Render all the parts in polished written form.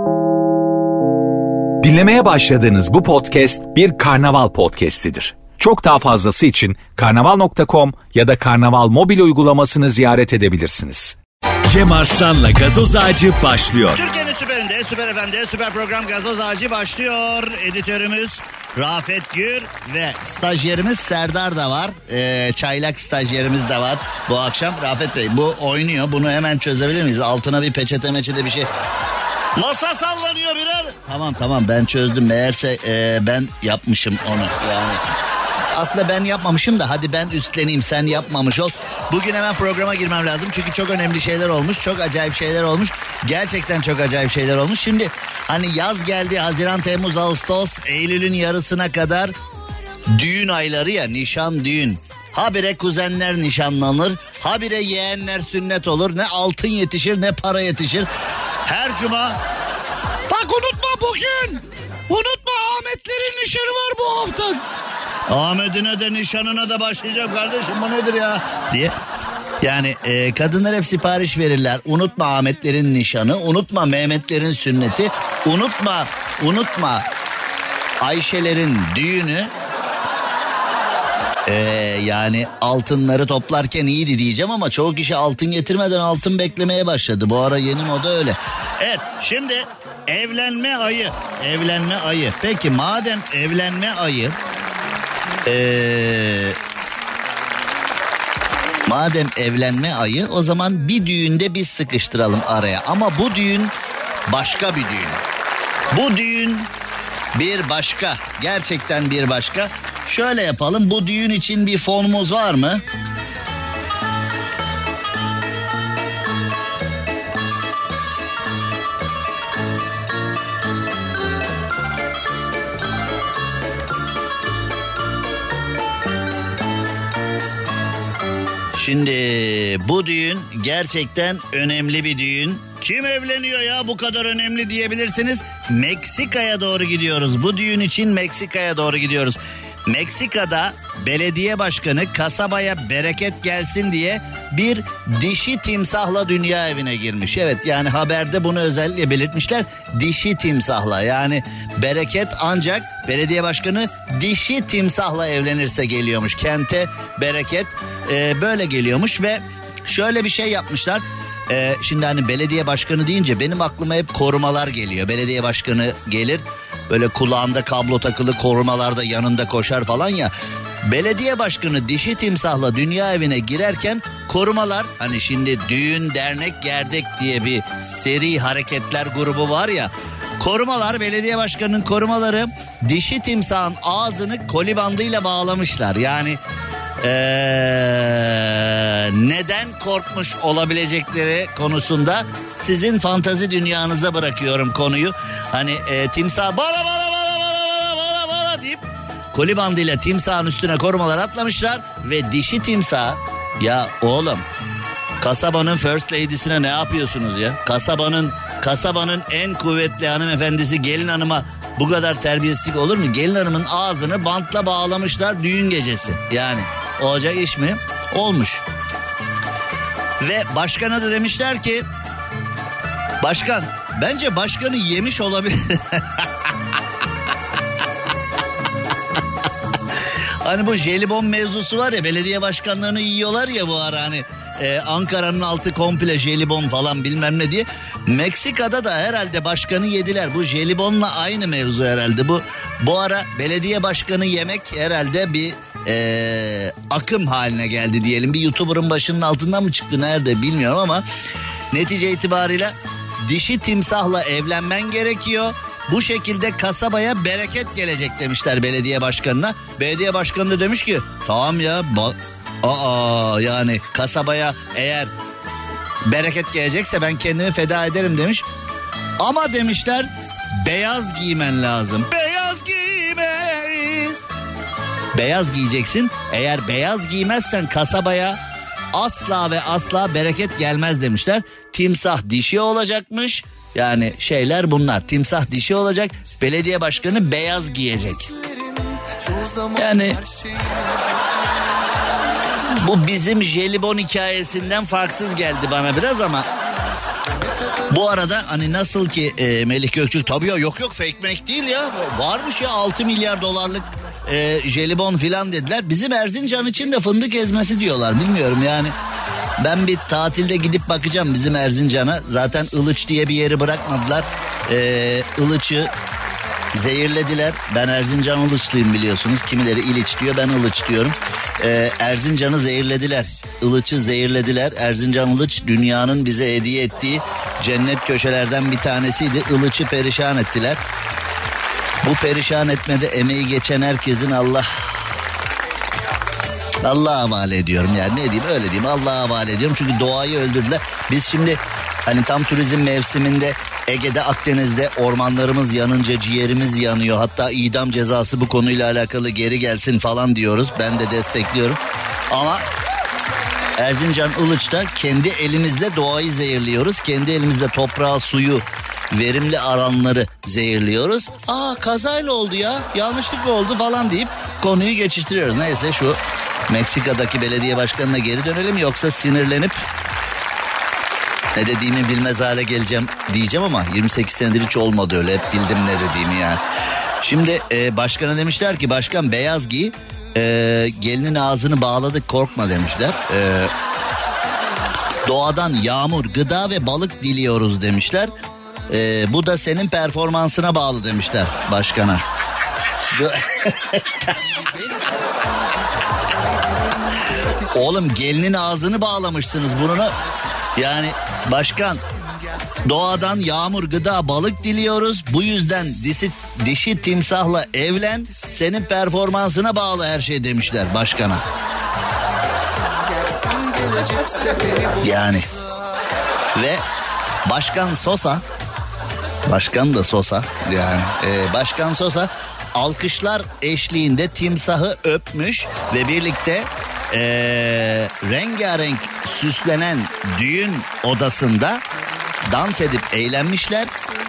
Dinlemeye başladığınız bu podcast bir karnaval podcastidir. Çok daha fazlası için karnaval.com ya da karnaval mobil uygulamasını ziyaret edebilirsiniz. Cem Arslan'la Gazoz Ağacı başlıyor. Türkiye'nin süperinde, Süper FM'de süper program Gazoz Ağacı başlıyor. Editörümüz Rafet Gür ve stajyerimiz Serdar da var. Çaylak stajyerimiz de var bu akşam. Rafet Bey, bu oynuyor. Bunu hemen çözebilir miyiz? Altına bir peçete bir şey. Masa sallanıyor biraz. Tamam ben çözdüm. Meğerse ben yapmışım onu yani. Aslında ben yapmamışım da hadi ben üstleneyim, sen yapmamış ol. Bugün hemen programa girmem lazım çünkü çok önemli şeyler olmuş. Çok acayip şeyler olmuş. Gerçekten çok acayip şeyler olmuş. Şimdi hani yaz geldi, Haziran, Temmuz, Ağustos, Eylül'ün yarısına kadar düğün ayları ya, nişan düğün. Habire kuzenler nişanlanır, habire yeğenler sünnet olur. Ne altın yetişir ne para yetişir. Her cuma bak unutma bugün. Unutma Ahmetlerin nişanı var bu hafta. Ahmet'ine de nişanına da başlayacağım kardeşim, bu nedir ya diye. Yani kadınlar hep sipariş verirler. Unutma Ahmetlerin nişanı, unutma Mehmetlerin sünneti, unutma Ayşelerin düğünü. Yani altınları toplarken iyiydi diyeceğim ama çoğu kişi altın getirmeden altın beklemeye başladı. Bu ara yeni moda öyle. Evet, şimdi evlenme ayı. Peki madem evlenme ayı, madem evlenme ayı, o zaman bir düğünde biz sıkıştıralım araya. Ama bu düğün başka bir düğün. Bu düğün bir başka, gerçekten bir başka. Şöyle yapalım, bu düğün için bir fonumuz var mı? Şimdi bu düğün gerçekten önemli bir düğün. Kim evleniyor ya bu kadar önemli diyebilirsiniz. Meksika'ya doğru gidiyoruz. Bu düğün için Meksika'ya doğru gidiyoruz. Meksika'da belediye başkanı kasabaya bereket gelsin diye bir dişi timsahla dünya evine girmiş. Evet, yani haberde bunu özellikle belirtmişler. Dişi timsahla, yani bereket ancak belediye başkanı dişi timsahla evlenirse geliyormuş. Kente bereket böyle geliyormuş ve şöyle bir şey yapmışlar. Şimdi hani belediye başkanı deyince benim aklıma hep korumalar geliyor. Belediye başkanı gelir, böyle kulağında kablo takılı korumalar da yanında koşar falan ya. Belediye başkanı dişi timsahla dünya evine girerken korumalar, hani şimdi düğün dernek gerdek diye bir seri hareketler grubu var ya. Korumalar, belediye başkanının korumaları dişi timsahın ağzını koli bandıyla bağlamışlar. Yani neden korkmuş olabilecekleri konusunda sizin fantazi dünyanıza bırakıyorum konuyu. Hani timsah bala deyip koli bandıyla timsahın üstüne korumalar atlamışlar ve dişi timsah, ya oğlum kasabanın first lady'sine ne yapıyorsunuz ya? Kasabanın en kuvvetli hanımefendisi gelin hanıma bu kadar terbiyesizlik olur mu? Gelin hanımın ağzını bantla bağlamışlar düğün gecesi. Yani olacak iş mi? Olmuş. Ve başkana da demişler ki, başkan, bence başkanı yemiş olabilir. Hani bu jelibon mevzusu var ya, belediye başkanlarını yiyorlar ya bu ara, hani Ankara'nın altı komple jelibon falan bilmem ne diye. Meksika'da da herhalde başkanı yediler. Bu jelibonla aynı mevzu herhalde. Bu ara belediye başkanı yemek herhalde bir akım haline geldi diyelim. Bir YouTuber'ın başının altından mı çıktı, nerede bilmiyorum ama netice itibariyle dişi timsahla evlenmen gerekiyor. Bu şekilde kasabaya bereket gelecek demişler belediye başkanına. Belediye başkanı da demiş ki tamam ya, yani kasabaya eğer bereket gelecekse ben kendimi feda ederim demiş. Ama demişler beyaz giymen lazım. Beyaz giyeceksin. Eğer beyaz giymezsen kasabaya asla ve asla bereket gelmez demişler. Timsah dişi olacakmış. Yani şeyler bunlar. Timsah dişi olacak. Belediye başkanı beyaz giyecek. Yani bu bizim jelibon hikayesinden farksız geldi bana biraz ama Bu arada hani nasıl ki Melih Gökçek tabii ya yok fake değil ya. Varmış ya 6 milyar dolarlık jelibon filan dediler. Bizim Erzincan için de fındık ezmesi diyorlar. Bilmiyorum yani. Ben bir tatilde gidip bakacağım bizim Erzincan'a. Zaten Ilıç diye bir yeri bırakmadılar. Ilıç'ı zehirlediler. Ben Erzincan Ilıçlıyım biliyorsunuz. Kimileri İliç diyor, ben Ilıç diyorum. Erzincan'ı zehirlediler. Ilıç'ı zehirlediler. Erzincan Ilıç dünyanın bize hediye ettiği cennet köşelerden bir tanesiydi. Ilıç'ı perişan ettiler. Bu perişan etmede emeği geçen herkesin Allah'a havale ediyorum. Yani ne diyeyim, öyle diyeyim, Allah'a havale ediyorum. Çünkü doğayı öldürdüler. Biz şimdi hani tam turizm mevsiminde Ege'de, Akdeniz'de ormanlarımız yanınca ciğerimiz yanıyor. Hatta idam cezası bu konuyla alakalı geri gelsin falan diyoruz. Ben de destekliyorum. Ama Erzincan Ilıç'ta kendi elimizle doğayı zehirliyoruz. Kendi elimizle toprağı, suyu, verimli alanları zehirliyoruz. Kazayla oldu ya, yanlışlıkla oldu falan deyip konuyu geçiştiriyoruz. Neyse şu Meksika'daki belediye başkanına geri dönelim, yoksa sinirlenip ne dediğimi bilmez hale geleceğim diyeceğim ama 28 senedir hiç olmadı öyle. Hep bildim ne dediğimi yani. Şimdi başkana demişler ki başkan beyaz giy, gelinin ağzını bağladık korkma demişler. Doğadan yağmur, gıda ve balık diliyoruz demişler. Bu da senin performansına bağlı demişler başkana. Oğlum gelinin ağzını bağlamışsınız burnuna. Yani başkan, doğadan yağmur, gıda, balık diliyoruz. Bu yüzden dişi timsahla evlen, senin performansına bağlı her şey demişler başkana. Yani ve Başkan Sosa yani Başkan Sosa alkışlar eşliğinde timsahı öpmüş ve birlikte rengarenk süslenen düğün odasında dans edip eğlenmişler.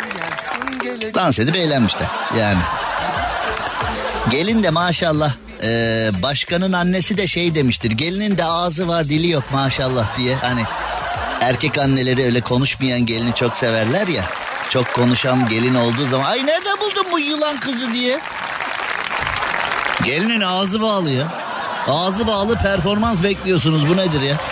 Yani gelin de maşallah, başkanın annesi de şey demiştir, gelinin de ağzı var dili yok maşallah diye. Hani erkek anneleri öyle konuşmayan gelini çok severler ya. Çok konuşan gelin olduğu zaman ay nereden buldun bu yılan kızı diye. Gelinin ağzı bağlı ya. Ağzı bağlı performans bekliyorsunuz, bu nedir ya?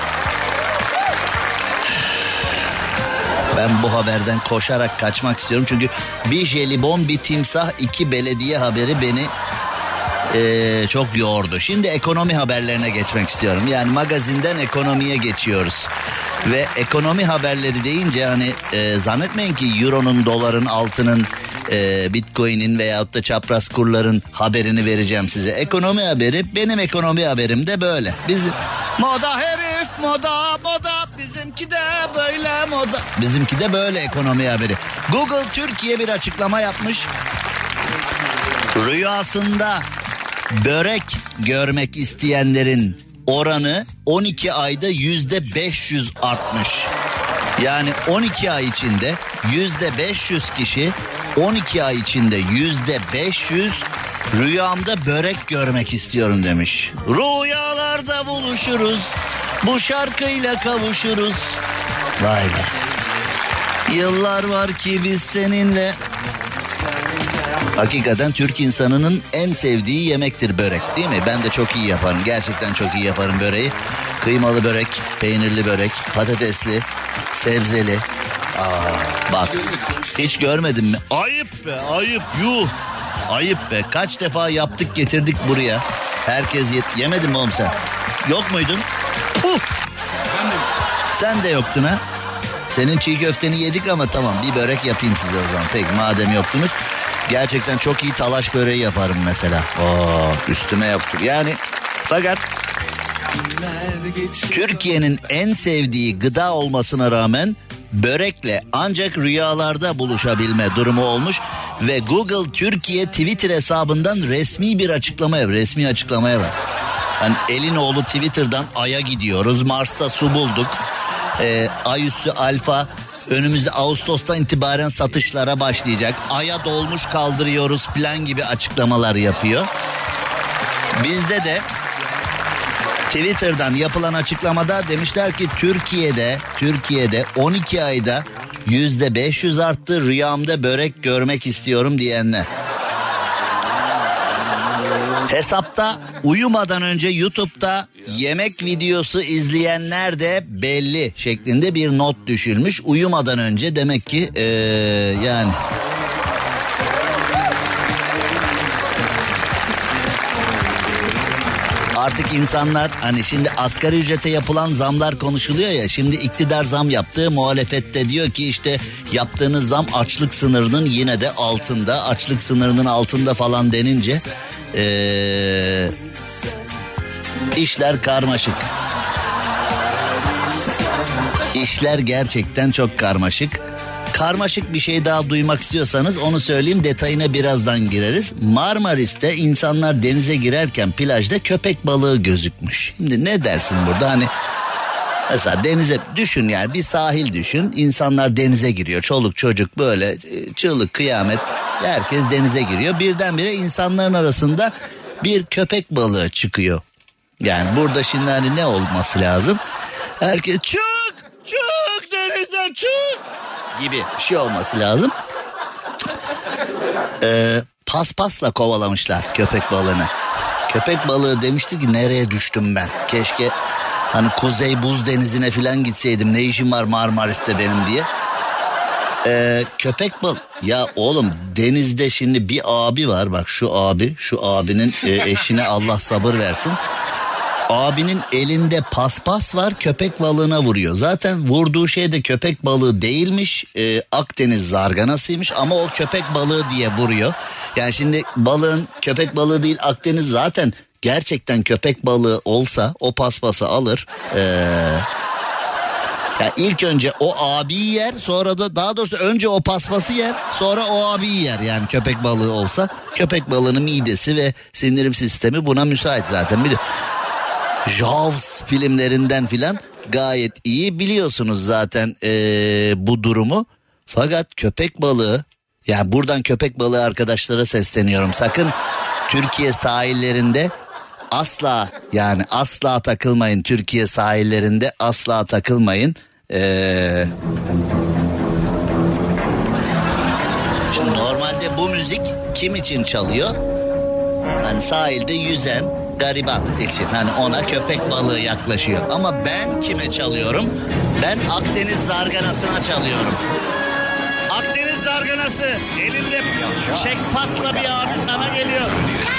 Ben bu haberden koşarak kaçmak istiyorum. Çünkü bir jelibon, bir timsah, 2 belediye haberi beni çok yordu. Şimdi ekonomi haberlerine geçmek istiyorum. Yani magazinden ekonomiye geçiyoruz. Ve ekonomi haberleri deyince hani zannetmeyin ki euronun, doların, altının, bitcoin'in veyahut da çapraz kurların haberini vereceğim size. Ekonomi haberi, benim ekonomi haberim de böyle. Bizim moda herif, moda bizimki de böyle moda. Bizimki de böyle ekonomi haberi. Google Türkiye bir açıklama yapmış. Rüyasında börek görmek isteyenlerin oranı 12 ayda %500 artmış. Yani 12 ay içinde %500 kişi 12 ay içinde %500 rüyamda börek görmek istiyorum demiş. Rüyalarda buluşuruz, bu şarkıyla kavuşuruz. Vay be. Yıllar var ki biz seninle. Hakikaten Türk insanının en sevdiği yemektir börek, değil mi? Ben de çok iyi yaparım. Gerçekten çok iyi yaparım böreği. Kıymalı börek, peynirli börek, patatesli, sebzeli. Bak hiç görmedin mi? Ayıp be, ayıp, yuh. Ayıp be, kaç defa yaptık getirdik buraya. Herkes yemedin mi oğlum sen? Yok muydun? Sen de yoktun ha? Senin çiğ köfteni yedik ama tamam, bir börek yapayım size o zaman. Peki madem yoktunuz. Gerçekten çok iyi talaş böreği yaparım mesela. Üstüme yoktur. Yani fakat Türkiye'nin en sevdiği gıda olmasına rağmen börekle ancak rüyalarda buluşabilme durumu olmuş. Ve Google Türkiye Twitter hesabından resmi açıklamaya var. Yani Elinoğlu Twitter'dan Ay'a gidiyoruz. Mars'ta su bulduk. Ay üssü alfa önümüzde Ağustos'tan itibaren satışlara başlayacak. Ay'a dolmuş kaldırıyoruz plan gibi açıklamalar yapıyor. Bizde de Twitter'dan yapılan açıklamada demişler ki Türkiye'de 12 ayda %500 arttı. Rüyamda börek görmek istiyorum diyenler. Hesapta uyumadan önce YouTube'da yemek videosu izleyenler de belli şeklinde bir not düşülmüş. Uyumadan önce demek ki yani... Artık insanlar hani şimdi asgari ücrete yapılan zamlar konuşuluyor ya. Şimdi iktidar zam yaptı. Muhalefette diyor ki işte yaptığınız zam açlık sınırının yine de altında. Açlık sınırının altında falan denince işler karmaşık. İşler gerçekten çok karmaşık. Karmaşık bir şey daha duymak istiyorsanız onu söyleyeyim, detayına birazdan gireriz. Marmaris'te insanlar denize girerken plajda köpek balığı gözükmüş. Şimdi ne dersin burada, hani mesela denize düşün, yani bir sahil düşün, insanlar denize giriyor, çoluk çocuk böyle çığlık kıyamet, herkes denize giriyor, birdenbire insanların arasında bir köpek balığı çıkıyor. Yani burada şimdi hani ne olması lazım? Herkes çık denizden çık gibi bir şey olması lazım. Paspasla kovalamışlar köpek balığını. Köpek balığı demişti ki nereye düştüm ben? Keşke hani Kuzey Buz Denizi'ne falan gitseydim. Ne işim var Marmaris'te benim diye. Köpek balığı. Ya oğlum denizde şimdi bir abi var, bak şu abinin eşine Allah sabır versin. Abinin elinde paspas var, köpek balığına vuruyor. Zaten vurduğu şey de köpek balığı değilmiş, Akdeniz zarganasıymış ama o köpek balığı diye vuruyor. Yani şimdi balığın köpek balığı değil Akdeniz, zaten gerçekten köpek balığı olsa o paspası alır. Yani ilk önce o abiyi yer, sonra da daha doğrusu önce o paspası yer, sonra o abiyi yer. Yani köpek balığı olsa, köpek balığının midesi ve sindirim sistemi buna müsait zaten. Jaws filmlerinden filan gayet iyi biliyorsunuz zaten bu durumu. Fakat köpek balığı, yani buradan köpek balığı arkadaşlara sesleniyorum. Sakın Türkiye sahillerinde asla takılmayın. Türkiye sahillerinde asla takılmayın. Şimdi normalde bu müzik kim için çalıyor? Hani sahilde yüzen gariban için, hani ona köpek balığı yaklaşıyor. Ama ben kime çalıyorum? Ben Akdeniz zarganasına çalıyorum. Akdeniz zarganası elinde çekpasla bir abi sana geliyor.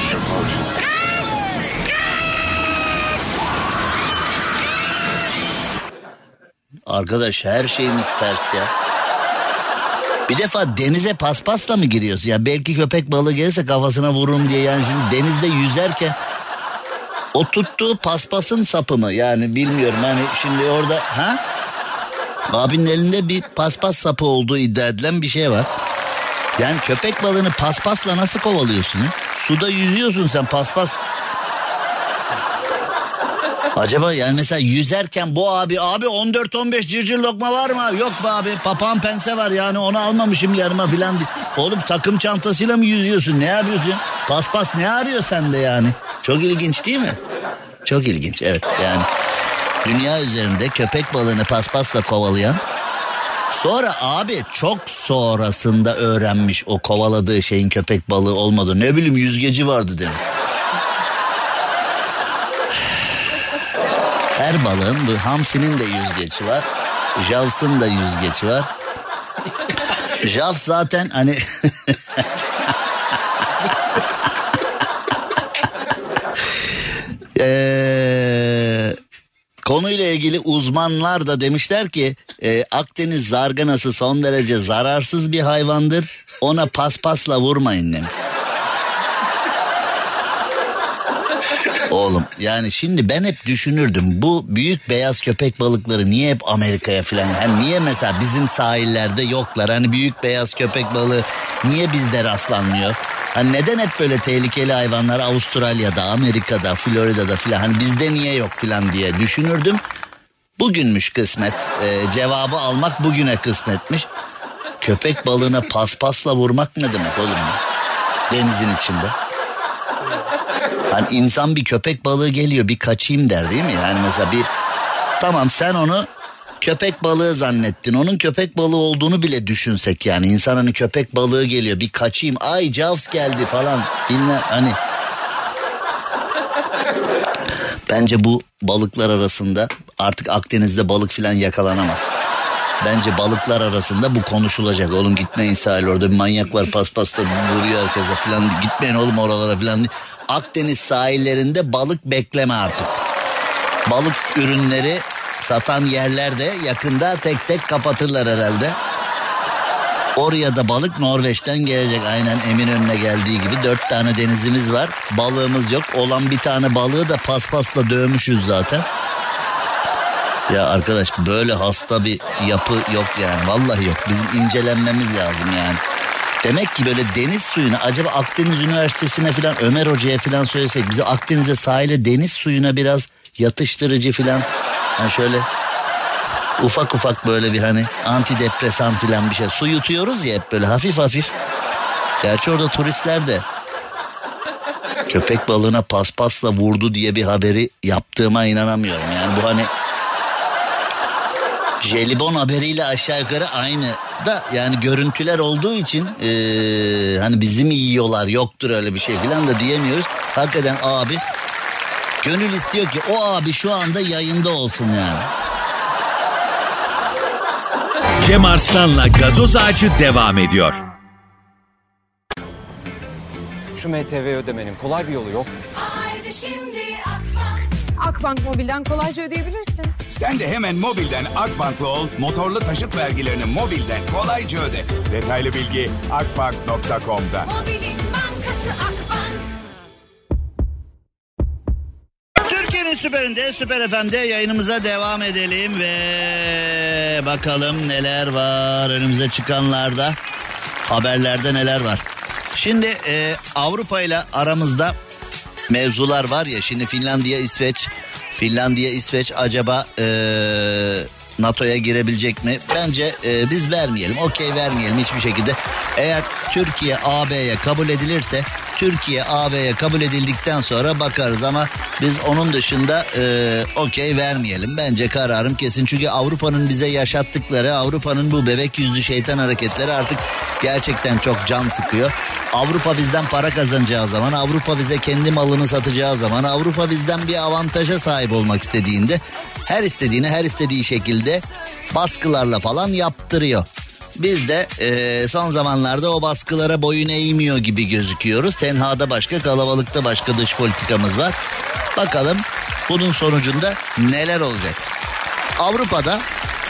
Arkadaş her şeyimiz ters ya. Bir defa denize paspasla mı giriyorsun? Ya belki köpek balığı gelirse kafasına vururum diye, yani şimdi denizde yüzerken o tuttuğu paspasın sapı mı? Yani bilmiyorum, hani şimdi orada abinin elinde bir paspas sapı olduğu iddia edilen bir şey var. Yani köpek balığını paspasla nasıl kovalıyorsun ya? Suda yüzüyorsun sen, paspas. Acaba yani mesela yüzerken bu abi 14-15 cırcır lokma var mı? Yok be abi, papağan pense var, yani onu almamışım yanıma filan. Oğlum takım çantasıyla mı yüzüyorsun, ne yapıyorsun? Paspas ne arıyor sende yani? Çok ilginç değil mi? Çok ilginç, evet. Yani dünya üzerinde köpek balığını paspasla kovalayan, sonra abi çok sonrasında öğrenmiş o kovaladığı şeyin köpek balığı olmadı. Ne bileyim yüzgeci vardı demiş. Her balığın, bu hamsinin de yüzgeci var. Javs'ın da yüzgeci var. Javs zaten hani konuyla ilgili uzmanlar da demişler ki Akdeniz zarganası son derece zararsız bir hayvandır. Ona paspasla vurmayın demiş. Oğlum yani şimdi ben hep düşünürdüm, bu büyük beyaz köpek balıkları niye hep Amerika'ya falan, hani niye mesela bizim sahillerde yoklar, hani büyük beyaz köpek balığı niye bizde rastlanmıyor? Hani neden hep böyle tehlikeli hayvanlar Avustralya'da, Amerika'da, Florida'da falan, hani bizde niye yok falan diye düşünürdüm. Bugünmüş kısmet, cevabı almak bugüne kısmetmiş. Köpek balığına paspasla vurmak ne demek oğlum ya? Denizin içinde. Hani insan bir köpek balığı geliyor bir kaçayım der değil mi? Yani mesela tamam sen onu köpek balığı zannettin. Onun köpek balığı olduğunu bile düşünsek yani. İnsan hani köpek balığı geliyor bir kaçayım. Ay Jaws geldi falan. Bilmem hani. Bence bu balıklar arasında artık Akdeniz'de balık falan yakalanamaz. Bence balıklar arasında bu konuşulacak. Oğlum gitmeyin sahil, orada bir manyak var paspasla vuruyor herkese falan. Gitmeyin oğlum oralara falan. Akdeniz sahillerinde balık bekleme artık. Balık ürünleri satan yerler de yakında tek tek kapatırlar herhalde. Oraya da balık Norveç'ten gelecek. Aynen Eminönü'ne geldiği gibi 4 tane denizimiz var. Balığımız yok. Olan bir tane balığı da paspasla dövmüşüz zaten. Ya arkadaş böyle hasta bir yapı yok yani. Vallahi yok. Bizim incelenmemiz lazım yani. Demek ki böyle deniz suyuna acaba Akdeniz Üniversitesi'ne falan Ömer Hoca'ya falan söylesek bize Akdeniz'e sahile deniz suyuna biraz yatıştırıcı falan hani şöyle ufak ufak böyle bir hani antidepresan falan bir şey su yutuyoruz ya hep böyle hafif hafif. Gerçi orada turistler de köpek balığına paspasla vurdu diye bir haberi yaptığıma inanamıyorum yani bu hani jelibon haberiyle aşağı yukarı aynı da yani görüntüler olduğu için hani bizi mi yiyorlar yoktur öyle bir şey falan da diyemiyoruz. Hakikaten abi gönül istiyor ki o abi şu anda yayında olsun yani. Cem Arslan'la Gazoz Ağacı devam ediyor. Şu MTV ödemenin kolay bir yolu yok. Haydi şimdi Akbank Mobil'den kolayca ödeyebilirsin. Sen de hemen mobilden Akbank'lı ol, motorlu taşıt vergilerini mobilden kolayca öde. Detaylı bilgi akbank.com'da. Mobilin bankası Akbank. Türkiye'nin süperinde, Süper FM'de yayınımıza devam edelim ve bakalım neler var önümüze çıkanlarda, haberlerde neler var. Şimdi Avrupa ile aramızda mevzular var ya, şimdi Finlandiya, İsveç acaba NATO'ya girebilecek mi? Bence biz vermeyelim, okey vermeyelim hiçbir şekilde. Eğer Türkiye AB'ye kabul edilirse, Türkiye AB'ye kabul edildikten sonra bakarız ama biz onun dışında okey vermeyelim. Bence kararım kesin çünkü Avrupa'nın bize yaşattıkları, Avrupa'nın bu bebek yüzlü şeytan hareketleri artık gerçekten çok can sıkıyor. Avrupa bizden para kazanacağı zaman, Avrupa bize kendi malını satacağı zaman, Avrupa bizden bir avantaja sahip olmak istediğinde her istediği şekilde baskılarla falan yaptırıyor. Biz de son zamanlarda o baskılara boyun eğmiyor gibi gözüküyoruz. Tenhada başka, kalabalıkta başka dış politikamız var. Bakalım bunun sonucunda neler olacak? Avrupa'da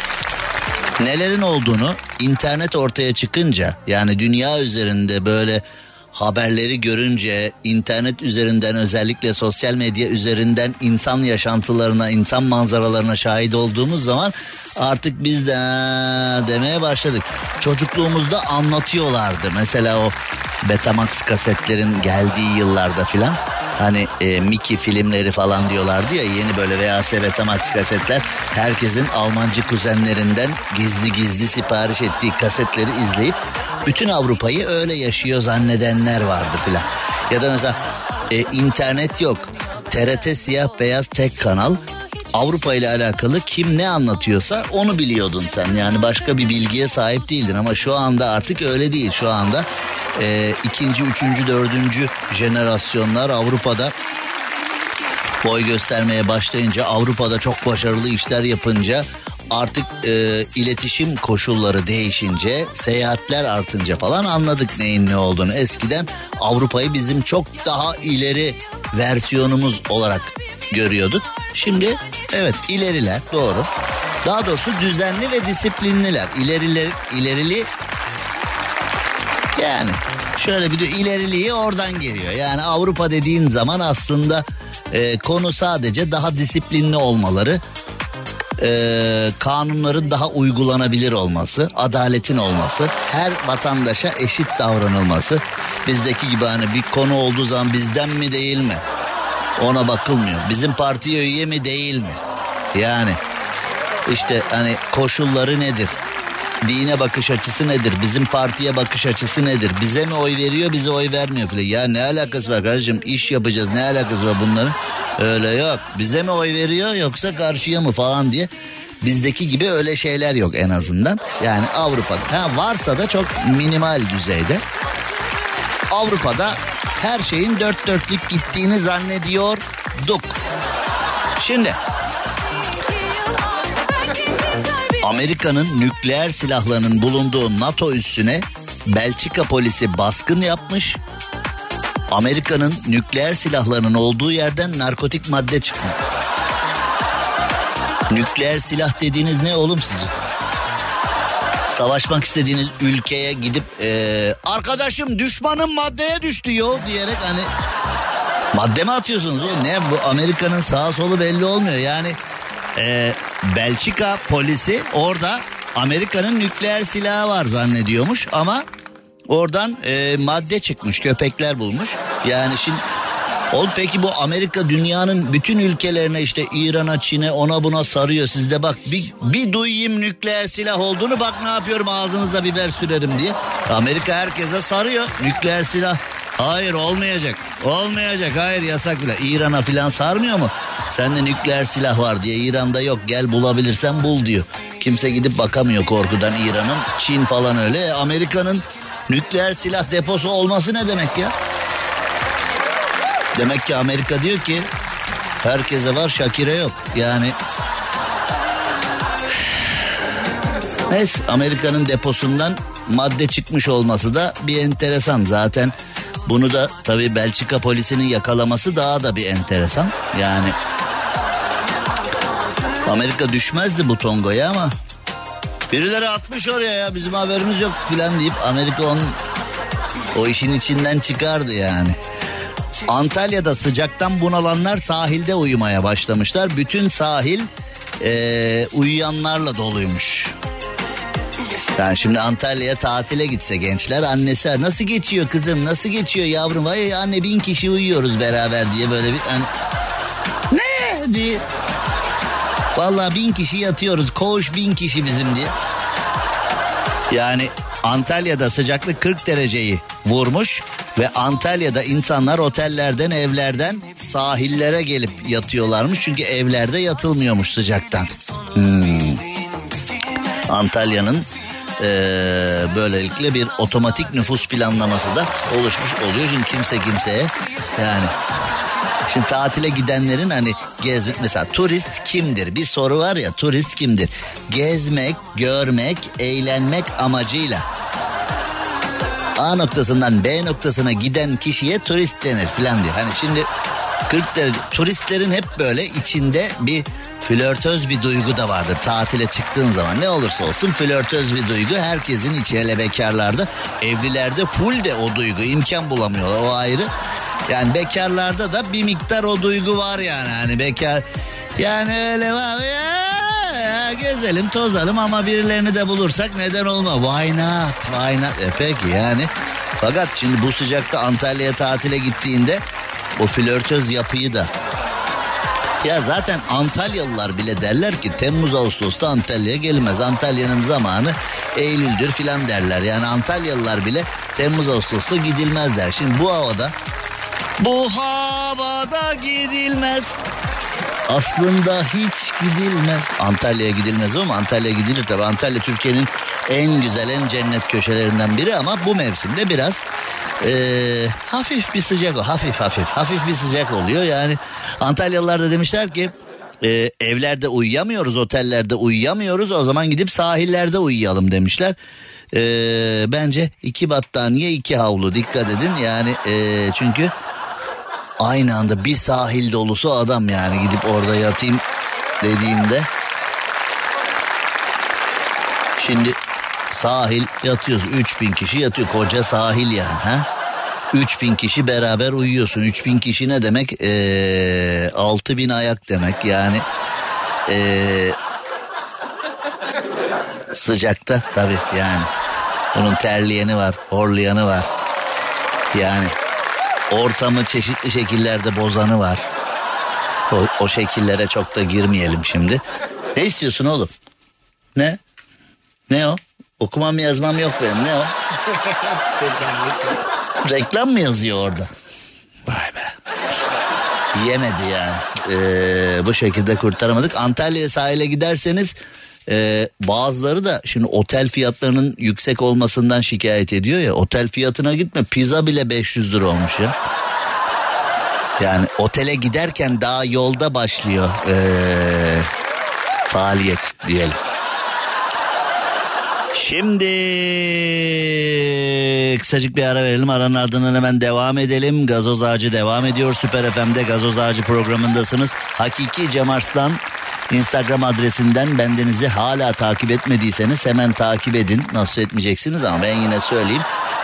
nelerin olduğunu internet ortaya çıkınca, yani dünya üzerinde böyle haberleri görünce, internet üzerinden, özellikle sosyal medya üzerinden insan yaşantılarına, insan manzaralarına şahit olduğumuz zaman artık biz de demeye başladık. Çocukluğumuzda anlatıyorlardı. Mesela o Betamax kasetlerin geldiği yıllarda filan. Hani Mickey filmleri falan diyorlardı ya, yeni böyle VHS Betamax kasetler. Herkesin Almancı kuzenlerinden gizli sipariş ettiği kasetleri izleyip bütün Avrupa'yı öyle yaşıyor zannedenler vardı filan. Ya da mesela internet yok. TRT siyah beyaz tek kanal. Avrupa ile alakalı kim ne anlatıyorsa onu biliyordun sen. Yani başka bir bilgiye sahip değildin ama şu anda artık öyle değil. Şu anda ikinci, üçüncü, dördüncü jenerasyonlar Avrupa'da boy göstermeye başlayınca, Avrupa'da çok başarılı işler yapınca, artık iletişim koşulları değişince, seyahatler artınca falan anladık neyin ne olduğunu. Eskiden Avrupa'yı bizim çok daha ileri versiyonumuz olarak görüyorduk. Şimdi evet ileriler, doğru. Daha doğrusu düzenli ve disiplinliler. İlerili yani şöyle bir de ileriliği oradan geliyor. Yani Avrupa dediğin zaman aslında konu sadece daha disiplinli olmaları, kanunların daha uygulanabilir olması, adaletin olması, her vatandaşa eşit davranılması. Bizdeki gibi hani bir konu olduğu zaman bizden mi değil mi? Ona bakılmıyor. Bizim partiye üye mi değil mi? Yani işte hani koşulları nedir? Dine bakış açısı nedir? Bizim partiye bakış açısı nedir? Bize mi oy veriyor, bize oy vermiyor falan. Ya ne alakası var kardeşim? İş yapacağız, ne alakası var bunların? Öyle yok. Bize mi oy veriyor yoksa karşıya mı falan diye bizdeki gibi öyle şeyler yok en azından. Yani Avrupa'da varsa da çok minimal düzeyde. Avrupa'da her şeyin dört dörtlük gittiğini zannediyorduk. Şimdi Amerika'nın nükleer silahlarının bulunduğu NATO üssüne Belçika polisi baskın yapmış. Amerika'nın nükleer silahlarının olduğu yerden narkotik madde çıkmış. Nükleer silah dediğiniz ne oğlum sizin? Savaşmak istediğiniz ülkeye gidip arkadaşım düşmanın maddeye düştü yo diyerek hani madde mi atıyorsunuz o? Ne bu, Amerika'nın sağa solu belli olmuyor yani. Belçika polisi orada Amerika'nın nükleer silahı var zannediyormuş ama oradan madde çıkmış, köpekler bulmuş. Yani şimdi peki bu Amerika dünyanın bütün ülkelerine işte İran'a, Çin'e, ona buna sarıyor. Siz de bak bir duyayım nükleer silah olduğunu, bak ne yapıyorum, ağzınıza biber sürerim diye. Amerika herkese sarıyor nükleer silah. Hayır olmayacak. Olmayacak, hayır, yasak bile. İran'a filan sarmıyor mu? Sende nükleer silah var diye, İran'da yok, gel bulabilirsen bul diyor. Kimse gidip bakamıyor korkudan İran'ın. Çin falan öyle. Amerika'nın nükleer silah deposu olması ne demek ya? Demek ki Amerika diyor ki herkese var, Şakir'e yok. Yani neyse, Amerika'nın deposundan madde çıkmış olması da bir enteresan. Zaten bunu da tabii Belçika polisinin yakalaması daha da bir enteresan. Yani Amerika düşmezdi bu Tongo'ya ama birileri atmış oraya ya, bizim haberimiz yok filan deyip Amerika o işin içinden çıkardı yani. Antalya'da sıcaktan bunalanlar sahilde uyumaya başlamışlar. Bütün sahil uyuyanlarla doluymuş. Yani şimdi Antalya'ya tatile gitse gençler, annesi nasıl geçiyor kızım, nasıl geçiyor yavrum, vay anne 1000 kişi uyuyoruz beraber diye böyle bir hani ne diye. Vallahi 1000 kişi yatıyoruz, koğuş 1000 kişi bizim diye. Yani Antalya'da sıcaklık 40 dereceyi vurmuş ve Antalya'da insanlar otellerden, evlerden sahillere gelip yatıyorlarmış. Çünkü evlerde yatılmıyormuş sıcaktan. Antalya'nın böylelikle bir otomatik nüfus planlaması da oluşmuş oluyor. Şimdi kimse kimseye yani... Şimdi tatile gidenlerin hani gezmek, mesela turist kimdir? Bir soru var ya, turist kimdir? Gezmek, görmek, eğlenmek amacıyla A noktasından B noktasına giden kişiye turist denir falan diyor. Hani şimdi 40 derece turistlerin hep böyle içinde bir flörtöz bir duygu da vardır. Tatile çıktığın zaman ne olursa olsun flörtöz bir duygu herkesin içi, hele bekarlarda. Evlilerde full de o duygu, imkan bulamıyorlar, o ayrı. Yani bekarlarda da bir miktar o duygu var yani. Hani bekar yani öyle var ya, gezelim tozalım ama birilerini de bulursak neden olma, why not. Peki yani, fakat şimdi bu sıcakta Antalya'ya tatile gittiğinde o flörtöz yapıyı da, ya zaten Antalyalılar bile derler ki Temmuz Ağustos'ta Antalya'ya gelmez, Antalya'nın zamanı Eylül'dür filan derler. Yani Antalyalılar bile Temmuz Ağustos'ta gidilmez der. Şimdi bu havada gidilmez. Aslında hiç gidilmez. Antalya'ya gidilmez ama Antalya gidilir tabii. Antalya Türkiye'nin en güzel, en cennet köşelerinden biri ama bu mevsimde biraz hafif bir sıcak, hafif bir sıcak oluyor. Yani Antalyalılar da demişler ki evlerde uyuyamıyoruz, otellerde uyuyamıyoruz, o zaman gidip sahillerde uyuyalım demişler. Bence 2 battaniye 2 havlu, dikkat edin yani, çünkü aynı anda bir sahil dolusu adam yani gidip orada yatayım dediğinde. Şimdi sahil yatıyoruz, 3000 kişi yatıyor, koca sahil yani, ha? 3000 kişi beraber uyuyorsun. 3000 kişi ne demek? 6000 ayak demek yani. Sıcakta tabii yani. Bunun terleyeni var, horlayanı var. Yani ortamı çeşitli şekillerde bozanı var. O şekillere çok da girmeyelim şimdi. Ne istiyorsun oğlum? Ne? Ne o? Okumam yazmam yok benim. Ne o? Reklam mı yazıyor orada? Vay be. yemedi yani. Bu şekilde kurtaramadık. Antalya sahile giderseniz bazıları da şimdi otel fiyatlarının yüksek olmasından şikayet ediyor ya. Otel fiyatına gitme, pizza bile 500 lira olmuş ya. Yani otele giderken daha yolda başlıyor faaliyet diyelim. Şimdi kısacık bir ara verelim. Aranın ardından hemen devam edelim. Gazoz Ağacı devam ediyor. Süper FM'de Gazoz Ağacı programındasınız. Hakiki Cem Arslan Instagram adresinden bendenizi hala takip etmediyseniz hemen takip edin. Nasıl etmeyeceksiniz ama ben yine söyleyeyim.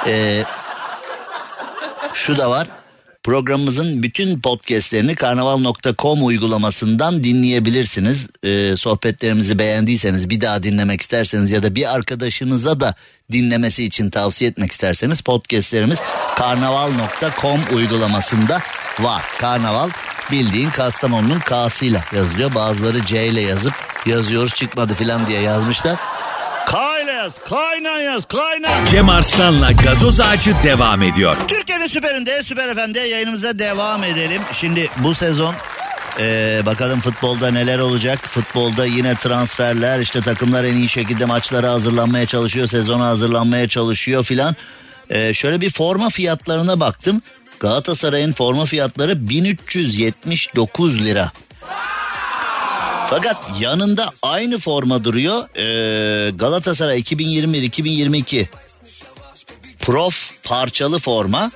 Şu da var. Programımızın bütün podcastlerini karnaval.com uygulamasından dinleyebilirsiniz. Sohbetlerimizi beğendiyseniz, bir daha dinlemek isterseniz ya da bir arkadaşınıza da dinlemesi için tavsiye etmek isterseniz podcastlerimiz karnaval.com uygulamasında var. Karnaval bildiğin Kastamonu'nun K'sıyla yazılıyor. Bazıları C ile yazıyoruz çıkmadı filan diye yazmışlar. K ile yaz, kaynan yaz, kaynan. Cem Arslan'la Gazoz Ağacı devam ediyor. Türkiye'nin süperinde, Süper FM'de yayınımıza devam edelim. Şimdi bu sezon bakalım futbolda neler olacak. Futbolda yine transferler, işte takımlar en iyi şekilde maçlara hazırlanmaya çalışıyor, sezona hazırlanmaya çalışıyor filan. Şöyle bir forma fiyatlarına baktım. Galatasaray'ın forma fiyatları 1379 lira. Fakat yanında aynı forma duruyor. Galatasaray 2021-2022 Prof parçalı forma.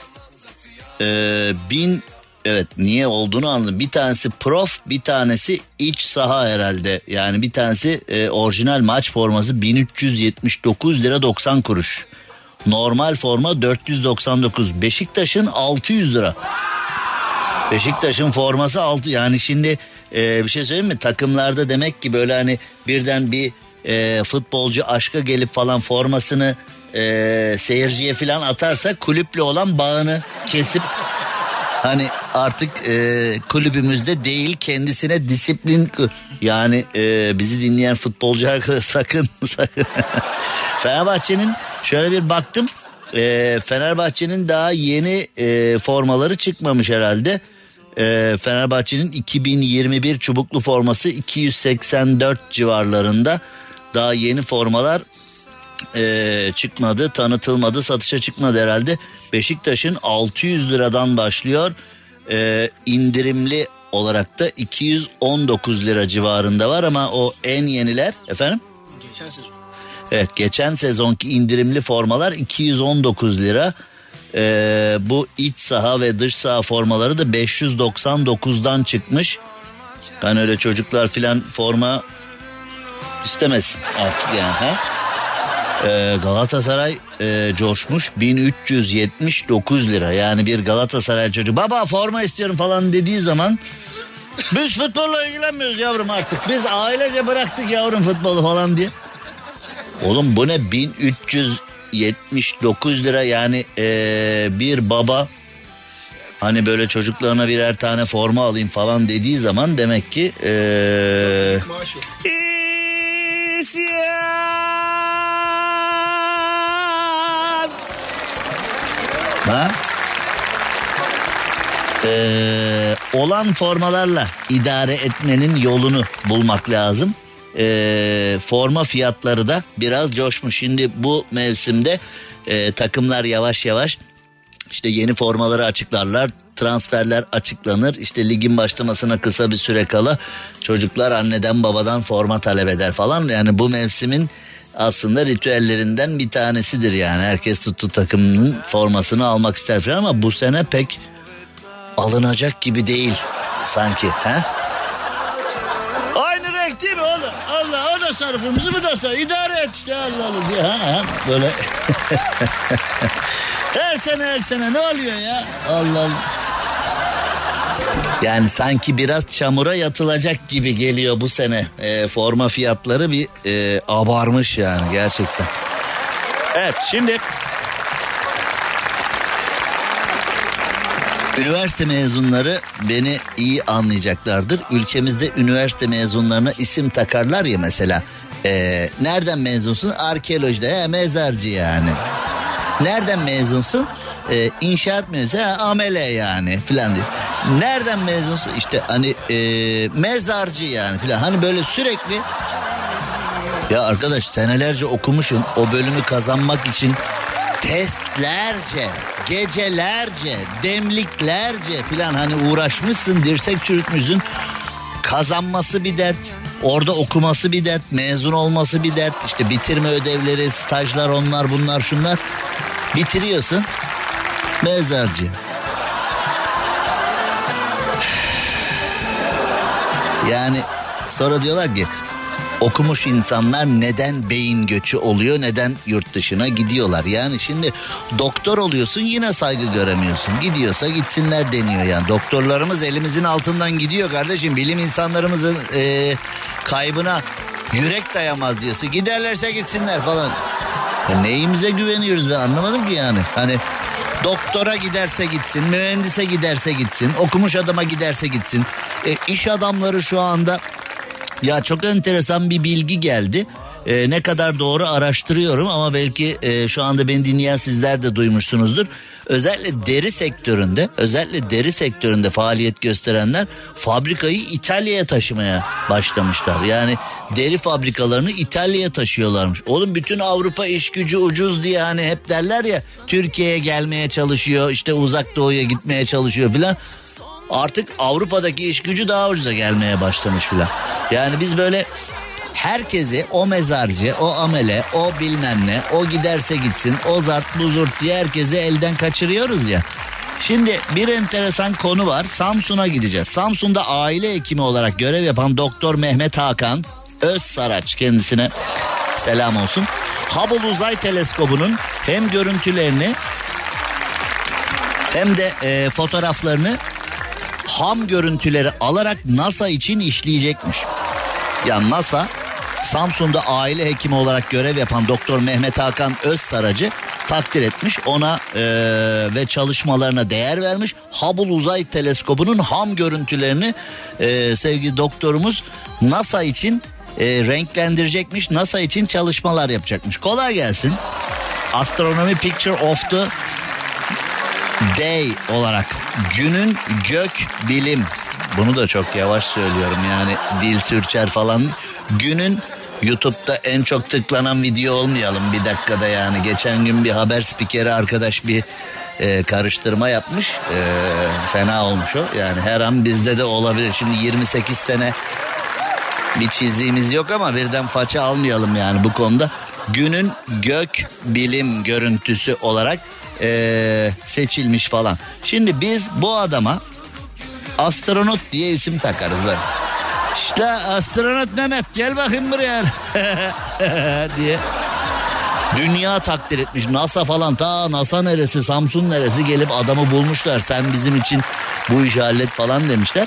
Evet, niye olduğunu anladım. Bir tanesi Prof, bir tanesi iç saha herhalde. Yani bir tanesi orijinal maç forması 1379 lira 90 kuruş. Normal forma 499. Beşiktaş'ın 600 lira. Beşiktaş'ın forması 6, yani şimdi bir şey söyleyeyim mi? Takımlarda demek ki böyle hani birden bir futbolcu aşka gelip falan formasını seyirciye falan atarsa kulüple olan bağını kesip hani artık kulübümüzde değil kendisine disiplin, yani bizi dinleyen futbolcu arkadaşlar sakın. Fenerbahçe'nin şöyle bir baktım, Fenerbahçe'nin daha yeni formaları çıkmamış herhalde. Fenerbahçe'nin 2021 çubuklu forması 284 civarlarında, daha yeni formalar çıkmadı, tanıtılmadı, satışa çıkmadı herhalde. Beşiktaş'ın 600 liradan başlıyor, indirimli olarak da 219 lira civarında var ama o en yeniler efendim? Geçen sezon. Evet, geçen sezonki indirimli formalar 219 lira. Bu iç saha ve dış saha formaları da 599'dan çıkmış. Yani öyle çocuklar filan forma istemezsin artık yani. Ha? Galatasaray coşmuş 1379 lira. Yani bir Galatasaray çocuğu baba forma istiyorum falan dediği zaman biz futbolla ilgilenmiyoruz yavrum artık. Biz ailece bıraktık yavrum futbolu falan diye. Oğlum bu ne, 1379 lira yani bir baba hani böyle çocuklarına birer tane forma alayım falan dediği zaman demek ki ha? Olan formalarla idare etmenin yolunu bulmak lazım. Forma fiyatları da biraz coşmuş. Şimdi bu mevsimde takımlar yavaş yavaş işte yeni formaları açıklarlar, transferler açıklanır. İşte ligin başlamasına kısa bir süre kala çocuklar anneden babadan forma talep eder falan. Yani bu mevsimin aslında ritüellerinden bir tanesidir yani. Herkes tuttu takımının formasını almak ister falan ama bu sene pek alınacak gibi değil sanki. He? Aynı renk değil mi oğlum? Allah, o da sarı kırmızı, bu da sarı. İdare et işte, Allah Allah diye. Ha, böyle. her sene ne oluyor ya? Allah Allah. Yani sanki biraz çamura yatılacak gibi geliyor bu sene. Forma fiyatları bir abarmış yani gerçekten. Evet, şimdi üniversite mezunları beni iyi anlayacaklardır. Ülkemizde üniversite mezunlarına isim takarlar ya mesela. Nereden mezunsun? Arkeolojide, mezarcı yani. Nereden mezunsun? İnşaat mühendisi, amele yani filan diye. Nereden mezunsun? İşte hani mezarcı yani filan. Hani böyle sürekli. Ya arkadaş senelerce okumuşsun o bölümü kazanmak için testlerce, gecelerce, demliklerce filan hani uğraşmışsın, dirsek çürütmüşsün. Kazanması bir dert, orada okuması bir dert, mezun olması bir dert. İşte bitirme ödevleri, stajlar, onlar bunlar şunlar. Bitiriyorsun, mezarcı. Yani sonra diyorlar ki okumuş insanlar neden beyin göçü oluyor, neden yurt dışına gidiyorlar? Yani şimdi doktor oluyorsun yine saygı göremiyorsun. Gidiyorsa gitsinler deniyor yani. Doktorlarımız elimizin altından gidiyor kardeşim. Bilim insanlarımızın kaybına yürek dayamaz diyorsun. Giderlerse gitsinler falan. Ya neyimize güveniyoruz ben anlamadım ki yani. Hani doktora giderse gitsin, mühendise giderse gitsin, okumuş adama giderse gitsin. İş adamları şu anda... Ya çok enteresan bir bilgi geldi. Ne kadar doğru araştırıyorum ama belki şu anda beni dinleyen sizler de duymuşsunuzdur. Özellikle deri sektöründe faaliyet gösterenler fabrikayı İtalya'ya taşımaya başlamışlar. Yani deri fabrikalarını İtalya'ya taşıyorlarmış. Oğlum bütün Avrupa iş gücü ucuz diye hani hep derler ya, Türkiye'ye gelmeye çalışıyor, işte uzak doğuya gitmeye çalışıyor filan. Artık Avrupa'daki iş gücü daha ucuza gelmeye başlamış filan. Yani biz böyle herkesi, o mezarcı, o amele, o bilmem ne, o giderse gitsin, o zart bu zurt diye herkesi elden kaçırıyoruz ya. Şimdi bir enteresan konu var. Samsun'a gideceğiz. Samsun'da aile hekimi olarak görev yapan Doktor Mehmet Hakan Özsaraç, kendisine selam olsun. Hubble Uzay Teleskobu'nun hem görüntülerini hem de fotoğraflarını, ham görüntüleri alarak NASA için işleyecekmiş. Ya NASA Samsun'da aile hekimi olarak görev yapan Doktor Mehmet Hakan Özsarac'ı takdir etmiş. Ona ve çalışmalarına değer vermiş. Hubble Uzay Teleskobu'nun ham görüntülerini sevgili doktorumuz NASA için renklendirecekmiş. NASA için çalışmalar yapacakmış. Kolay gelsin. Astronomy Picture of the Day olarak günün gök bilim, bunu da çok yavaş söylüyorum yani dil sürçer falan, günün YouTube'da en çok tıklanan video olmayalım bir dakikada yani. Geçen gün bir haber spikeri arkadaş bir karıştırma yapmış, fena olmuş o yani, her an bizde de olabilir. Şimdi 28 sene bir çizdiğimiz yok ama birden faça almayalım yani bu konuda. Günün gök bilim görüntüsü olarak seçilmiş falan. Şimdi biz bu adama astronot diye isim takarız böyle. İşte astronot Mehmet gel bakayım buraya diye. Dünya takdir etmiş, NASA falan, ta NASA neresi, Samsun neresi, gelip adamı bulmuşlar. Sen bizim için bu işi hallet falan demişler.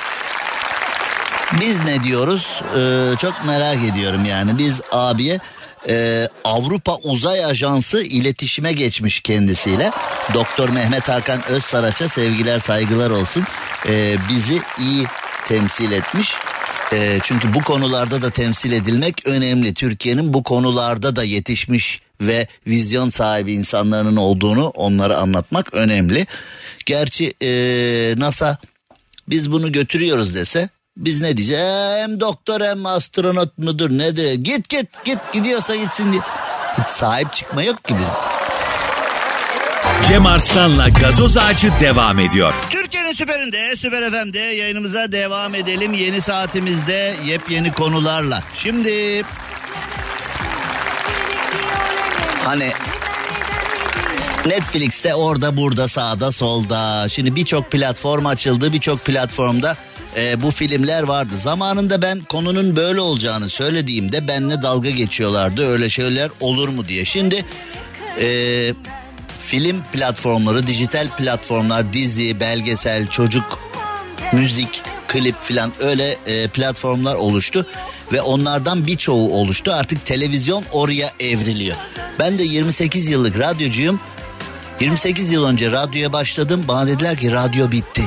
Biz ne diyoruz? Çok merak ediyorum yani. Biz abiye Avrupa Uzay Ajansı iletişime geçmiş kendisiyle. Doktor Mehmet Hakan Özsaraç'a sevgiler saygılar olsun. Bizi iyi temsil etmiş. Çünkü bu konularda da temsil edilmek önemli. Türkiye'nin bu konularda da yetişmiş ve vizyon sahibi insanların olduğunu onlara anlatmak önemli. Gerçi NASA biz bunu götürüyoruz dese, biz ne diyeceğiz? Hem doktor hem astronot mudur nedir? Git gidiyorsa gitsin diye. Hiç sahip çıkma yok ki bizde. Cem Arslan'la Gazoz Ağacı devam ediyor. Türkiye'nin süperinde, Süper FM'de yayınımıza devam edelim. Yeni saatimizde yepyeni konularla. Şimdi hani Netflix'te orada burada sağda solda. Şimdi birçok platform açıldı. Birçok platformda bu filmler vardı. Zamanında ben konunun böyle olacağını söylediğimde benimle dalga geçiyorlardı. Öyle şeyler olur mu diye. Şimdi film platformları, dijital platformlar, dizi, belgesel, çocuk, müzik, klip falan öyle platformlar oluştu. Ve onlardan birçoğu oluştu. Artık televizyon oraya evriliyor. Ben de 28 yıllık radyocuyum. 28 yıl önce radyoya başladım. Bana dediler ki radyo bitti.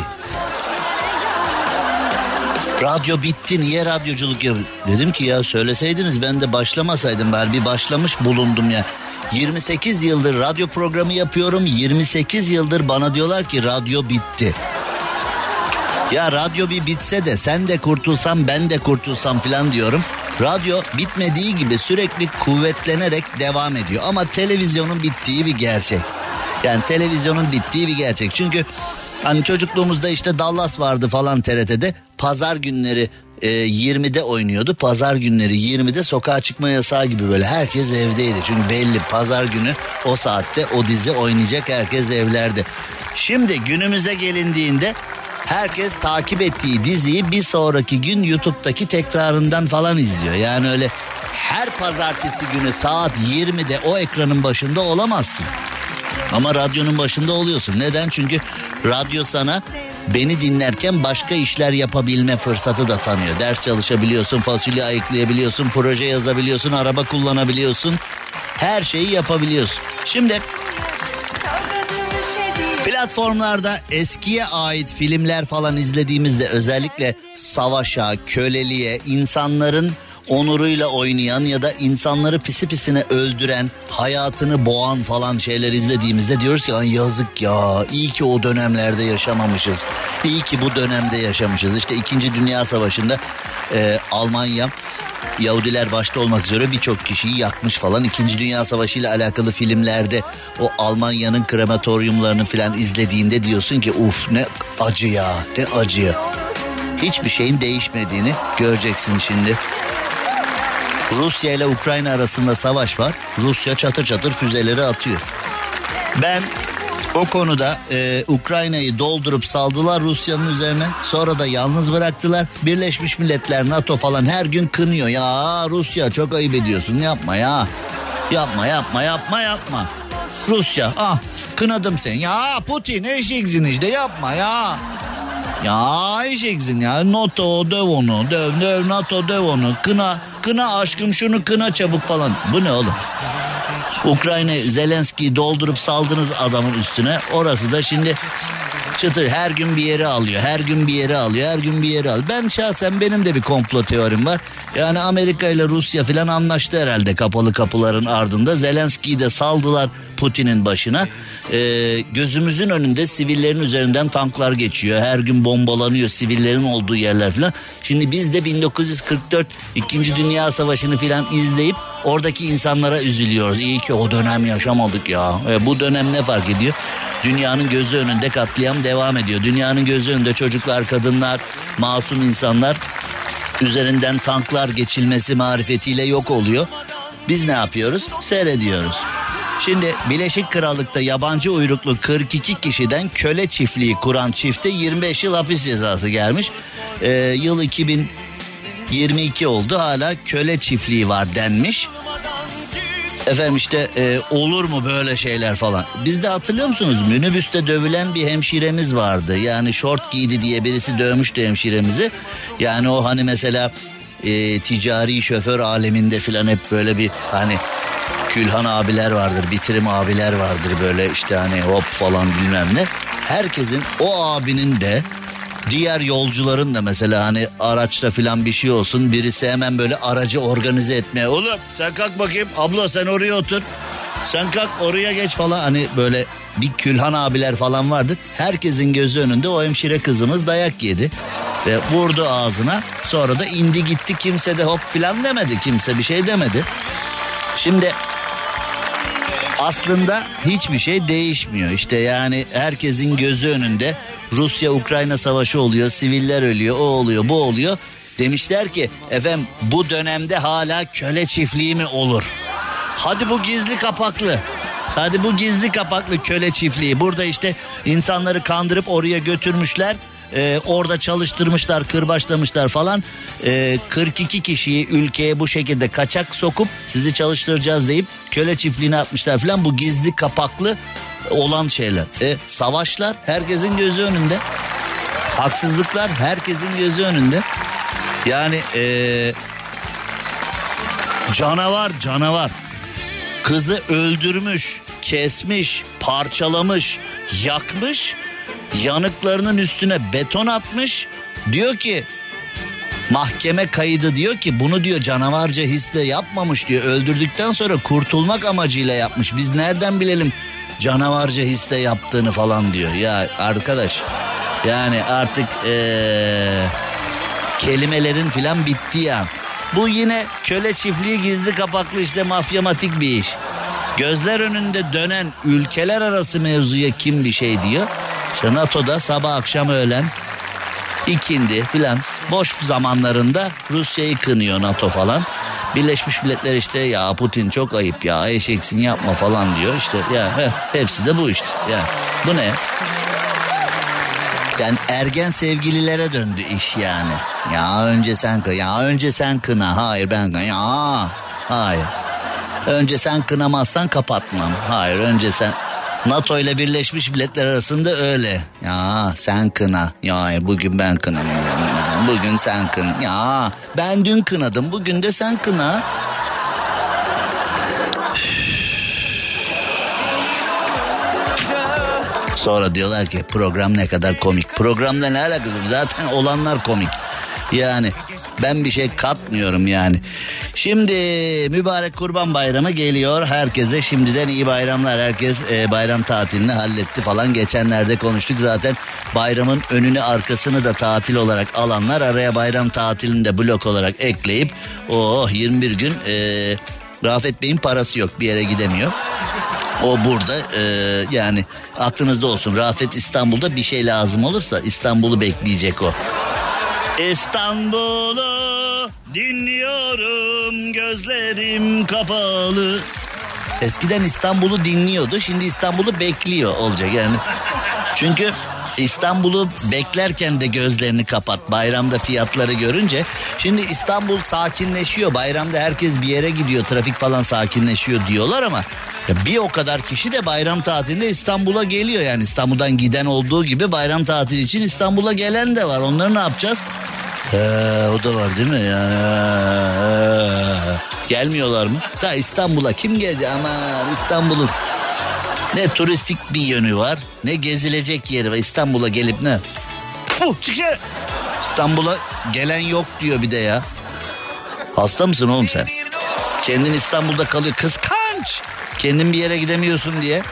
Radyo bitti, niye radyoculuk yapıyorsun? Dedim ki ya söyleseydiniz ben de başlamasaydım bari, bir başlamış bulundum ya. 28 yıldır radyo programı yapıyorum. 28 yıldır bana diyorlar ki radyo bitti. Ya radyo bir bitse de sen de kurtulsam ben de kurtulsam falan diyorum. Radyo bitmediği gibi sürekli kuvvetlenerek devam ediyor. Ama televizyonun bittiği bir gerçek. Yani televizyonun bittiği bir gerçek. Çünkü hani çocukluğumuzda işte Dallas vardı falan TRT'de. Pazar günleri 20'de oynuyordu. Pazar günleri 20'de sokağa çıkma yasağı gibi böyle herkes evdeydi. Çünkü belli pazar günü o saatte o dizi oynayacak, herkes evlerde. Şimdi günümüze gelindiğinde herkes takip ettiği diziyi bir sonraki gün YouTube'daki tekrarından falan izliyor. Yani öyle her pazartesi günü saat 20'de o ekranın başında olamazsın. Ama radyonun başında oluyorsun. Neden? Çünkü radyo sana beni dinlerken başka işler yapabilme fırsatı da tanıyor. Ders çalışabiliyorsun, fasulye ayıklayabiliyorsun, proje yazabiliyorsun, araba kullanabiliyorsun. Her şeyi yapabiliyorsun. Şimdi platformlarda eskiye ait filmler falan izlediğimizde özellikle savaşa, köleliğe, insanların onuruyla oynayan ya da insanları pisi pisine öldüren, hayatını boğan falan şeyler izlediğimizde diyoruz ki yazık ya, iyi ki o dönemlerde yaşamamışız. İyi ki bu dönemde yaşamışız. İşte 2. Dünya Savaşı'nda Almanya, Yahudiler başta olmak üzere birçok kişiyi yakmış falan. 2. Dünya Savaşı ile alakalı filmlerde o Almanya'nın krematoryumlarını falan izlediğinde diyorsun ki uf ne acı ya, ne acı ya. Hiçbir şeyin değişmediğini göreceksin şimdi. Rusya ile Ukrayna arasında savaş var. Rusya çatır çatır füzeleri atıyor. Ben o konuda Ukrayna'yı doldurup saldılar Rusya'nın üzerine. Sonra da yalnız bıraktılar. Birleşmiş Milletler, NATO falan her gün kınıyor. Ya Rusya çok ayıp ediyorsun, yapma ya. Yapma. Rusya kınadım seni. Ya Putin eşeksin işte, yapma ya. Ya eşeksin ya. NATO döv onu. Döv NATO döv onu. Kına aşkım şunu kına çabuk falan. Bu ne oğlum? Ukrayna Zelenski'yi doldurup saldınız adamın üstüne. Orası da şimdi çıtır her gün bir yere alıyor. Ben şahsen benim de bir komplo teorim var. Yani Amerika ile Rusya falan anlaştı herhalde kapalı kapıların ardında. Zelenski'yi de saldılar Putin'in başına. Gözümüzün önünde sivillerin üzerinden tanklar geçiyor. Her gün bombalanıyor sivillerin olduğu yerler falan. Şimdi biz de 1944 2. Dünya Savaşı'nı falan izleyip oradaki insanlara üzülüyoruz. İyi ki o dönem yaşamadık ya. Bu dönem ne fark ediyor? Dünyanın gözü önünde katliam devam ediyor. Dünyanın gözü önünde çocuklar, kadınlar, masum insanlar üzerinden tanklar geçilmesi marifetiyle yok oluyor. Biz ne yapıyoruz? Seyrediyoruz. Şimdi Birleşik Krallık'ta yabancı uyruklu 42 kişiden köle çiftliği kuran çifte 25 yıl hapis cezası gelmiş. Yıl 2022 oldu, hala köle çiftliği var denmiş. Efendim işte olur mu böyle şeyler falan. Bizde hatırlıyor musunuz? Minibüste dövülen bir hemşiremiz vardı. Yani şort giydi diye birisi dövmüştü hemşiremizi. Yani o hani mesela ticari şoför aleminde filan hep böyle bir hani külhan abiler vardır, bitirim abiler vardır böyle işte hani hop falan bilmem ne. Herkesin, o abinin de diğer yolcuların da mesela hani araçta filan bir şey olsun, birisi hemen böyle aracı organize etmeye, oğlum sen kalk bakayım, abla sen oraya otur, sen kalk oraya geç falan, hani böyle bir külhan abiler falan vardır. Herkesin gözü önünde o hemşire kızımız dayak yedi ve vurdu ağzına, sonra da indi gitti, kimse de hop filan demedi, kimse bir şey demedi. Şimdi aslında hiçbir şey değişmiyor. İşte yani herkesin gözü önünde Rusya-Ukrayna savaşı oluyor, siviller ölüyor, o oluyor, bu oluyor. Demişler ki efendim bu dönemde hala köle çiftliği mi olur? Hadi bu gizli kapaklı köle çiftliği. Burada işte insanları kandırıp oraya götürmüşler. Orada çalıştırmışlar, kırbaçlamışlar falan. 42 kişiyi ülkeye bu şekilde kaçak sokup sizi çalıştıracağız deyip köle çiftliğine atmışlar falan. Bu gizli kapaklı olan şeyler. Savaşlar herkesin gözü önünde. Haksızlıklar herkesin gözü önünde. Yani canavar. Kızı öldürmüş, kesmiş, parçalamış, yakmış. Yanıklarının üstüne beton atmış. Diyor ki mahkeme kaydı diyor ki bunu diyor canavarca hisle yapmamış diyor. Öldürdükten sonra kurtulmak amacıyla yapmış. Biz nereden bilelim canavarca hisle yaptığını falan diyor. Ya arkadaş Yani artık kelimelerin filan bittiği an. Bu yine köle çiftliği gizli kapaklı işte mafyamatik bir iş. Gözler önünde dönen ülkeler arası mevzuya kim bir şey diyor? İşte NATO'da sabah akşam öğlen ikindi filan boş zamanlarında Rusya'yı kınıyor NATO falan. Birleşmiş Milletler işte ya Putin çok ayıp ya eşeksin yapma falan diyor işte ya hepsi de bu işte ya bu ne? Yani ergen sevgililere döndü iş yani. Ya önce sen kına, ya önce sen kına, hayır ben kına, ya hayır. Önce sen kınamazsan kapatmam, hayır önce sen. NATO ile Birleşmiş Milletler arasında öyle. Ya sen kına, ya hayır bugün ben kınamıyorum. Bugün sen kına, ya ben dün kınadım, bugün de sen kına. Sonra diyorlar ki program ne kadar komik. Programda ne alakası? Zaten olanlar komik. Yani ben bir şey katmıyorum yani. Şimdi mübarek Kurban Bayramı geliyor. Herkese şimdiden iyi bayramlar. Herkes bayram tatilini halletti falan. Geçenlerde konuştuk zaten. Bayramın önünü arkasını da tatil olarak alanlar araya bayram tatilini de blok olarak ekleyip 21 gün Rafet Bey'in parası yok, bir yere gidemiyor. O burada yani aklınızda olsun. Rafet İstanbul'da bir şey lazım olursa İstanbul'u bekleyecek o. İstanbul'u dinliyorum, gözlerim kapalı. Eskiden İstanbul'u dinliyordu, şimdi İstanbul'u bekliyor olacak yani. Çünkü İstanbul'u beklerken de gözlerini kapat. Bayramda fiyatları görünce. Şimdi İstanbul sakinleşiyor. Bayramda herkes bir yere gidiyor. Trafik falan sakinleşiyor diyorlar ama bir o kadar kişi de bayram tatilinde İstanbul'a geliyor. Yani İstanbul'dan giden olduğu gibi bayram tatili için İstanbul'a gelen de var. Onları ne yapacağız? O da var değil mi? Yani gelmiyorlar mı? Ta İstanbul'a kim gelecek? Aman İstanbul'un ne turistik bir yönü var, ne gezilecek yeri var. İstanbul'a gelip ne? Çık dışarı. İstanbul'a gelen yok diyor bir de ya. Hasta mısın oğlum sen? Kendin İstanbul'da kalıyor. Kıskanç. Kendin bir yere gidemiyorsun diye.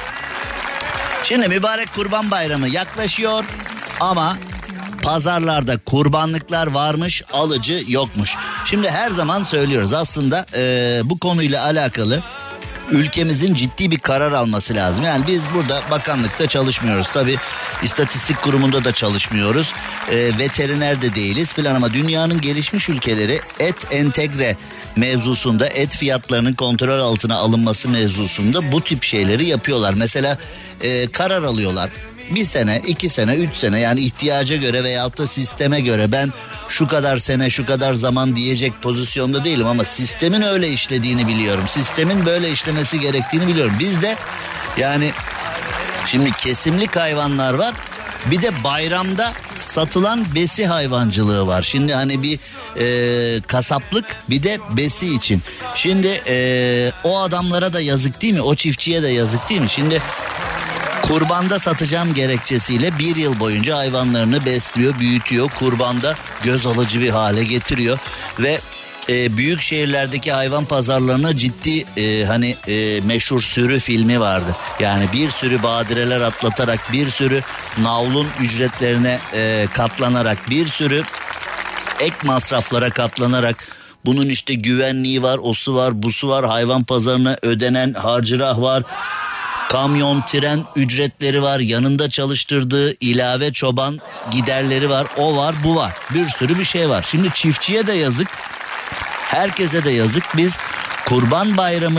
Şimdi mübarek Kurban Bayramı yaklaşıyor ama pazarlarda kurbanlıklar varmış, alıcı yokmuş. Şimdi her zaman söylüyoruz aslında bu konuyla alakalı ülkemizin ciddi bir karar alması lazım. Yani biz burada bakanlıkta çalışmıyoruz. Tabii istatistik kurumunda da çalışmıyoruz. Veteriner de değiliz filan ama dünyanın gelişmiş ülkeleri et entegre mevzusunda, et fiyatlarının kontrol altına alınması mevzusunda bu tip şeyleri yapıyorlar. Mesela karar alıyorlar. 1 sene, 2 sene, 3 sene yani ihtiyaca göre veyahut da sisteme göre ben şu kadar sene, şu kadar zaman diyecek pozisyonda değilim ama sistemin öyle işlediğini biliyorum. Sistemin böyle işlemesi gerektiğini biliyorum. Biz de yani şimdi kesimlik hayvanlar var. Bir de bayramda satılan besi hayvancılığı var. Şimdi hani bir kasaplık bir de besi için. Şimdi o adamlara da yazık değil mi? O çiftçiye de yazık değil mi? Şimdi kurbanda satacağım gerekçesiyle 1 yıl boyunca hayvanlarını besliyor, büyütüyor. Kurbanda göz alıcı bir hale getiriyor ve büyük şehirlerdeki hayvan pazarlarına ciddi meşhur sürü filmi vardır. Yani bir sürü badireler atlatarak, bir sürü navlun ücretlerine katlanarak, bir sürü ek masraflara katlanarak, bunun işte güvenliği var, osu var, busu var, hayvan pazarına ödenen harcırah var. Kamyon, tren ücretleri var, yanında çalıştırdığı ilave çoban giderleri var, o var, bu var. Bir sürü bir şey var. Şimdi çiftçiye de yazık, herkese de yazık. Biz Kurban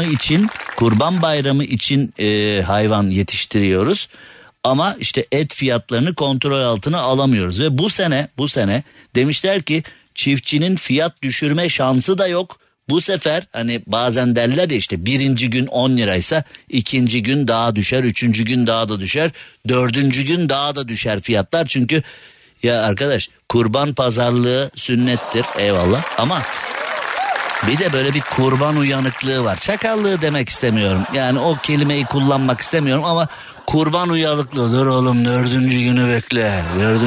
Bayramı için hayvan yetiştiriyoruz. Ama işte et fiyatlarını kontrol altına alamıyoruz. Ve bu sene demişler ki çiftçinin fiyat düşürme şansı da yok. Bu sefer hani bazen derler ya işte 1. gün 10 liraysa 2. gün daha düşer, 3. gün daha da düşer, 4. gün daha da düşer fiyatlar. Çünkü ya arkadaş kurban pazarlığı sünnettir eyvallah ama bir de böyle bir kurban uyanıklığı var. Çakallığı demek istemiyorum yani o kelimeyi kullanmak istemiyorum ama kurban uyanıklığı. Dur oğlum 4. günü bekle, 4.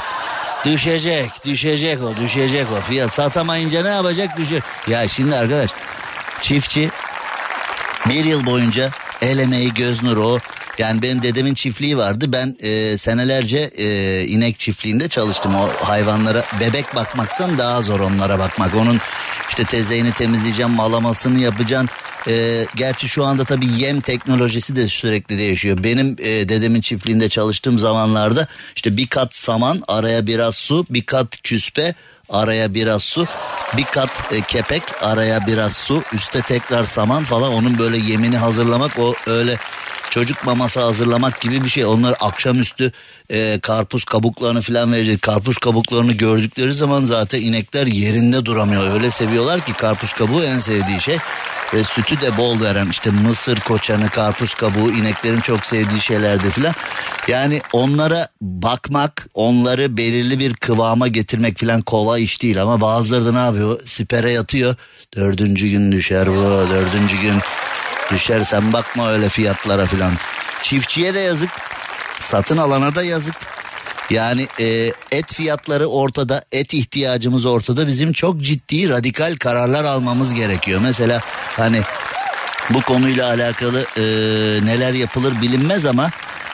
Düşecek o fiyat. Satamayınca ne yapacak? Düşecek. Ya şimdi arkadaş çiftçi 1 yıl boyunca el emeği göz nuru o Yani benim dedemin çiftliği vardı. Ben senelerce inek çiftliğinde çalıştım. O hayvanlara bebek bakmaktan daha zor onlara bakmak. Onun işte tezeğini temizleyeceğim, malamasını yapacaksın. Gerçi şu anda tabii yem teknolojisi de sürekli değişiyor. Benim dedemin çiftliğinde çalıştığım zamanlarda işte bir kat saman, araya biraz su, bir kat küspe, araya biraz su, bir kat kepek, araya biraz su, üstte tekrar saman falan. Onun böyle yemini hazırlamak, o öyle çocuk maması hazırlamak gibi bir şey. Onları akşamüstü karpuz kabuklarını falan verecek. Karpuz kabuklarını gördükleri zaman zaten inekler yerinde duramıyor. Öyle seviyorlar ki karpuz kabuğu en sevdiği şey. Ve sütü de bol veren işte mısır koçanı, karpuz kabuğu ineklerin çok sevdiği şeylerdir filan. Yani onlara bakmak, onları belirli bir kıvama getirmek filan kolay iş değil. Ama bazıları da ne yapıyor? Sipere yatıyor. 4. gün düşer bu, 4. gün düşer, sen bakma öyle fiyatlara filan. Çiftçiye de yazık, satın alana da yazık. Yani et fiyatları ortada, et ihtiyacımız ortada. Bizim çok ciddi radikal kararlar almamız gerekiyor. Mesela hani bu konuyla alakalı neler yapılır bilinmez ama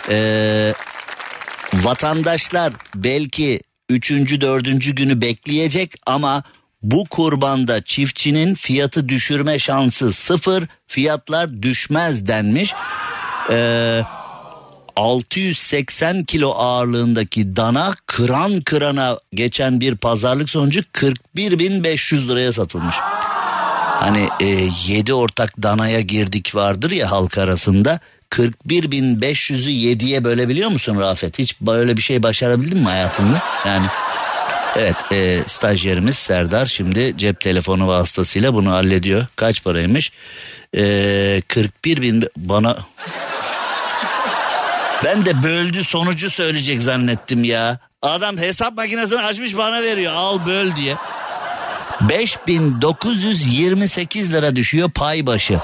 vatandaşlar belki 3. 4. günü bekleyecek ama bu kurbanda çiftçinin fiyatı düşürme şansı 0, fiyatlar düşmez denmiş. 680 kilo ağırlığındaki dana kıran kırana geçen bir pazarlık sonucu 41.500 liraya satılmış. Hani 7 ortak danaya girdik vardır ya halk arasında. 41.500'ü 7'ye bölebiliyor musun Rafet? Hiç böyle bir şey başarabildin mi hayatında? Yani evet, stajyerimiz Serdar şimdi cep telefonu vasıtasıyla bunu hallediyor. Kaç paraymış? 41.000 bana... Ben de böldü sonucu söyleyecek zannettim ya. Adam hesap makinesini açmış bana veriyor, al böl diye. 5.928 lira düşüyor pay başı.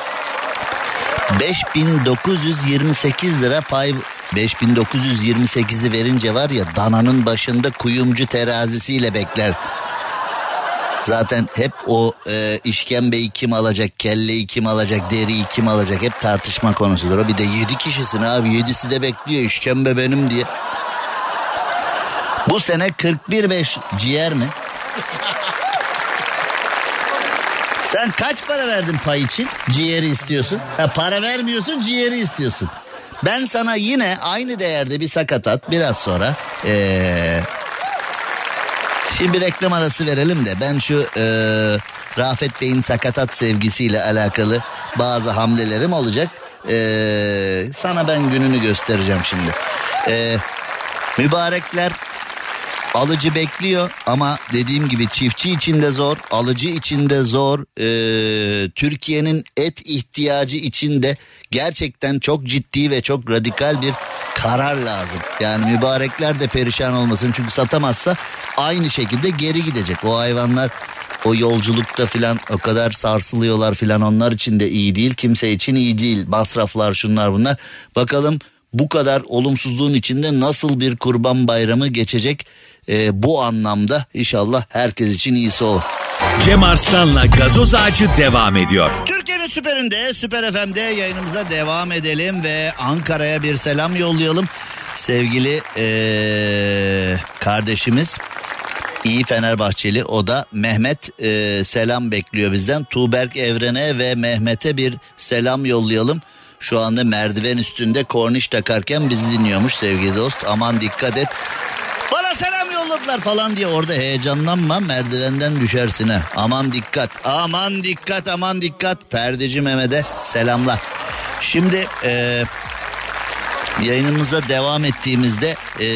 5.928 lira pay. 5.928'i verince var ya, dananın başında kuyumcu terazisiyle bekler. Zaten hep o işkembeyi kim alacak, kelleyi kim alacak, deriyi kim alacak, hep tartışma konusudur. O bir de 7 kişisin abi, 7'si de bekliyor işkembe benim diye. Bu sene 41.5 ciğer mi? Sen kaç para verdin pay için? Ciğeri istiyorsun. Ha, para vermiyorsun, ciğeri istiyorsun. Ben sana yine aynı değerde bir sakatat biraz sonra... Şimdi bir reklam arası verelim de ben şu Rafet Bey'in sakatat sevgisiyle alakalı bazı hamlelerim olacak. Sana ben gününü göstereceğim şimdi. Mübarekler, alıcı bekliyor ama dediğim gibi çiftçi için de zor, alıcı için de zor. Türkiye'nin et ihtiyacı için de gerçekten çok ciddi ve çok radikal bir karar lazım. Yani mübarekler de perişan olmasın, çünkü satamazsa aynı şekilde geri gidecek. O hayvanlar o yolculukta filan o kadar sarsılıyorlar filan, onlar için de iyi değil, kimse için iyi değil. Masraflar, şunlar bunlar. Bakalım bu kadar olumsuzluğun içinde nasıl bir Kurban Bayramı geçecek, bu anlamda inşallah herkes için iyisi olur. Cem Arslan'la Gazoz Ağacı devam ediyor. Türkiye'nin süperinde, Süper FM'de yayınımıza devam edelim ve Ankara'ya bir selam yollayalım. Sevgili kardeşimiz, iyi Fenerbahçeli, o da Mehmet, selam bekliyor bizden. Tuğberk Evren'e ve Mehmet'e bir selam yollayalım. Şu anda merdiven üstünde korniş takarken bizi dinliyormuş sevgili dost. Aman dikkat et. Bana selam yolladılar falan diye orada heyecanlanma, merdivenden düşersin ha. Aman dikkat, aman dikkat, aman dikkat. Perdeci Mehmet'e selamlar. Şimdi yayınımıza devam ettiğimizde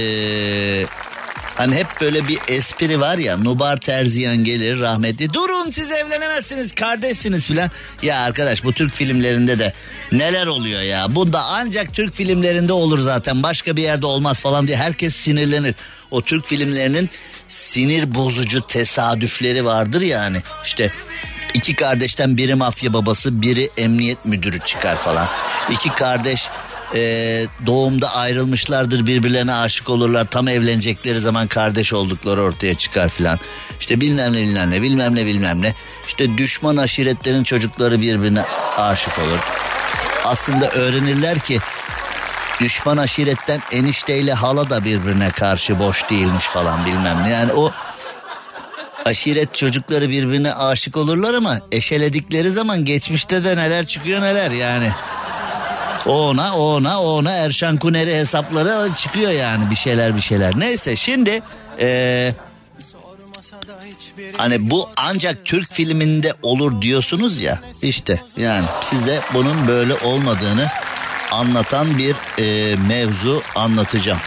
hani hep böyle bir espri var ya, Nubar Terziyan gelir rahmetli, durun siz evlenemezsiniz, kardeşsiniz filan. Ya arkadaş, bu Türk filmlerinde de neler oluyor ya, bunda ancak Türk filmlerinde olur zaten, başka bir yerde olmaz falan diye herkes sinirlenir. O Türk filmlerinin sinir bozucu tesadüfleri vardır yani. İşte iki kardeşten biri mafya babası, biri emniyet müdürü çıkar falan. İki kardeş doğumda ayrılmışlardır, birbirlerine aşık olurlar, tam evlenecekleri zaman kardeş oldukları ortaya çıkar filan. İşte bilmem ne. İşte düşman aşiretlerin çocukları birbirine aşık olur. Aslında öğrenirler ki düşman aşiretten enişteyle hala da birbirine karşı boş değilmiş falan bilmem ne. Yani o aşiret çocukları birbirine aşık olurlar ama eşeledikleri zaman geçmişte de neler çıkıyor neler yani. Ona Erşan Kuneri hesapları çıkıyor yani bir şeyler. Neyse şimdi hani bu ancak Türk filminde olur diyorsunuz ya, işte yani size bunun böyle olmadığını anlatan bir mevzu anlatacağım.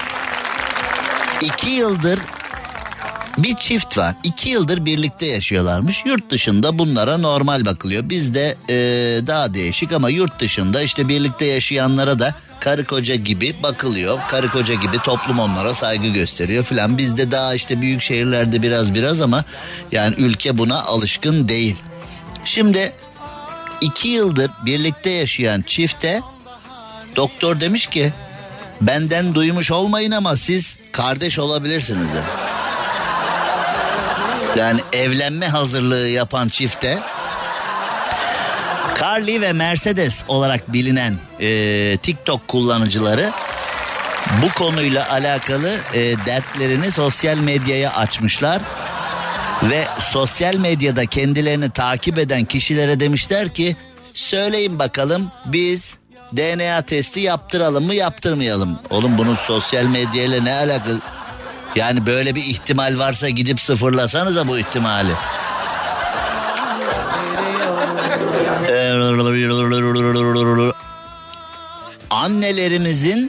2 yıldır bir çift var. 2 yıldır birlikte yaşıyorlarmış. Yurt dışında bunlara normal bakılıyor. Bizde daha değişik ama yurt dışında işte birlikte yaşayanlara da karı koca gibi bakılıyor. Karı koca gibi toplum onlara saygı gösteriyor filan. Bizde daha işte büyük şehirlerde biraz ama yani ülke buna alışkın değil. Şimdi 2 yıldır birlikte yaşayan çifte doktor demiş ki benden duymuş olmayın ama siz kardeş olabilirsiniz. Yani evlenme hazırlığı yapan çifte Carly ve Mercedes olarak bilinen TikTok kullanıcıları bu konuyla alakalı dertlerini sosyal medyaya açmışlar. Ve sosyal medyada kendilerini takip eden kişilere demişler ki söyleyin bakalım biz DNA testi yaptıralım mı yaptırmayalım. Oğlum bunun sosyal medyayla ne alakası? Yani böyle bir ihtimal varsa gidip sıfırlasanıza bu ihtimali. Annelerimizin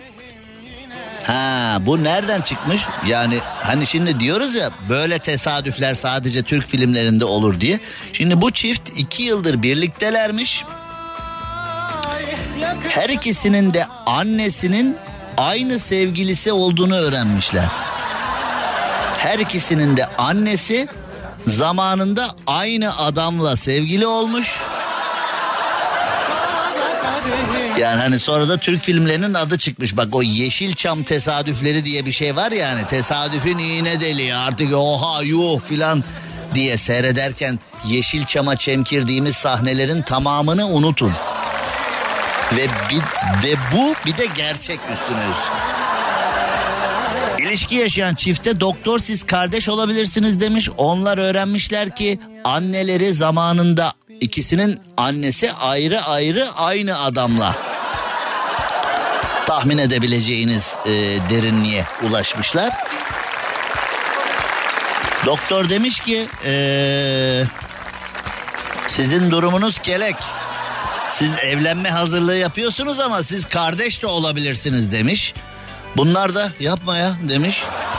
bu nereden çıkmış? Yani hani şimdi diyoruz ya böyle tesadüfler sadece Türk filmlerinde olur diye. Şimdi bu çift 2 yıldır birliktelermiş. Her ikisinin de annesinin aynı sevgilisi olduğunu öğrenmişler. Her ikisinin de annesi zamanında aynı adamla sevgili olmuş. Yani hani sonra da Türk filmlerinin adı çıkmış. Bak o Yeşilçam tesadüfleri diye bir şey var ya hani tesadüfün iğne deliği artık oha yuh filan diye seyrederken Yeşilçam'a çemkirdiğimiz sahnelerin tamamını unutun. Ve bu bir de gerçek üstüne üst. İlişki yaşayan çifte doktor siz kardeş olabilirsiniz demiş. Onlar öğrenmişler ki anneleri zamanında ikisinin annesi ayrı aynı adamla. Tahmin edebileceğiniz derinliğe ulaşmışlar. Doktor demiş ki sizin durumunuz kelek. Siz evlenme hazırlığı yapıyorsunuz ama siz kardeş de olabilirsiniz demiş. Bunlar da yapma ya demiş.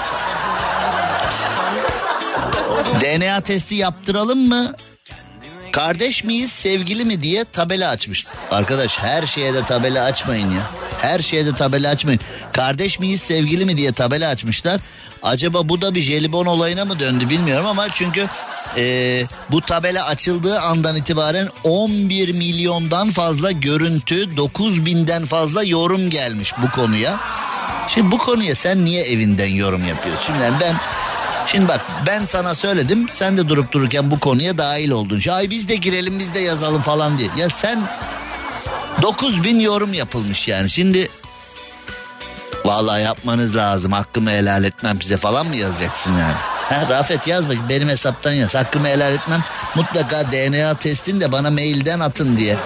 DNA testi yaptıralım mı? Kardeş miyiz, sevgili mi diye tabela açmış. Arkadaş her şeye de tabela açmayın ya. Her şeye de tabela açmayın. Kardeş miyiz, sevgili mi diye tabela açmışlar. Acaba bu da bir jelibon olayına mı döndü bilmiyorum ama çünkü bu tabela açıldığı andan itibaren 11 milyondan fazla görüntü, 9.000'den fazla yorum gelmiş bu konuya. Şimdi bu konuya sen niye evinden yorum yapıyorsun? Şimdi bak ben sana söyledim, sen de durup dururken bu konuya dahil oldun. Ay biz de girelim, biz de yazalım falan diye. Ya sen 9.000 yorum yapılmış yani. Şimdi vallahi yapmanız lazım, hakkımı helal etmem size falan mı yazacaksın yani? Rafet yaz bak, benim hesaptan yaz, hakkımı helal etmem. Mutlaka DNA testini de bana mailden atın diye.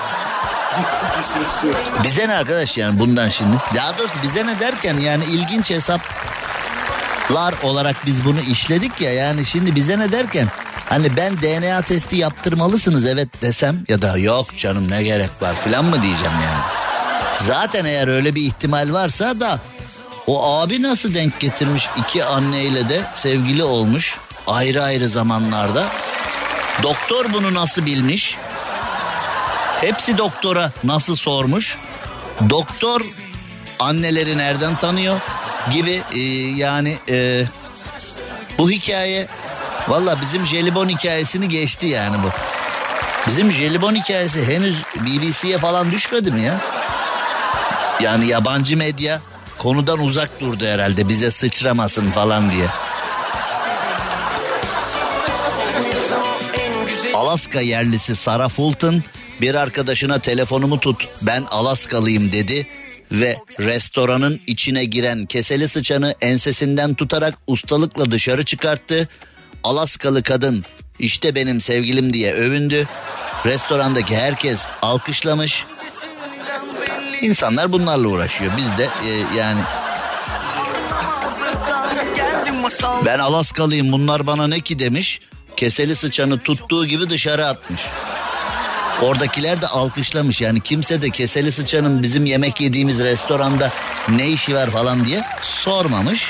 Bize ne arkadaş yani bundan şimdi? Daha doğrusu bize ne derken yani ilginç hesaplar olarak biz bunu işledik ya, yani şimdi bize ne derken hani ben DNA testi yaptırmalısınız evet desem ya da yok canım ne gerek var filan mı diyeceğim yani. Zaten eğer öyle bir ihtimal varsa da o abi nasıl denk getirmiş, 2 anneyle de sevgili olmuş ayrı zamanlarda. Doktor bunu nasıl bilmiş? Hepsi doktora nasıl sormuş? Doktor anneleri nereden tanıyor gibi yani bu hikaye valla bizim jelibon hikayesini geçti yani bu. Bizim jelibon hikayesi henüz BBC'ye falan düşmedi mi ya? Yani yabancı medya konudan uzak durdu herhalde bize sıçramasın falan diye. Alaska yerlisi Sarah Fulton bir arkadaşına telefonumu tut ben Alaskalıyım dedi ve restoranın içine giren keseli sıçanı ensesinden tutarak ustalıkla dışarı çıkarttı. Alaskalı kadın işte benim sevgilim diye övündü. Restorandaki herkes alkışlamış. İnsanlar bunlarla uğraşıyor. Biz de yani ben Alaskalıyım bunlar bana ne ki demiş. Keseli sıçanı tuttuğu gibi dışarı atmış. Oradakiler de alkışlamış. Yani kimse de keseli sıçanın bizim yemek yediğimiz restoranda ne işi var falan diye sormamış.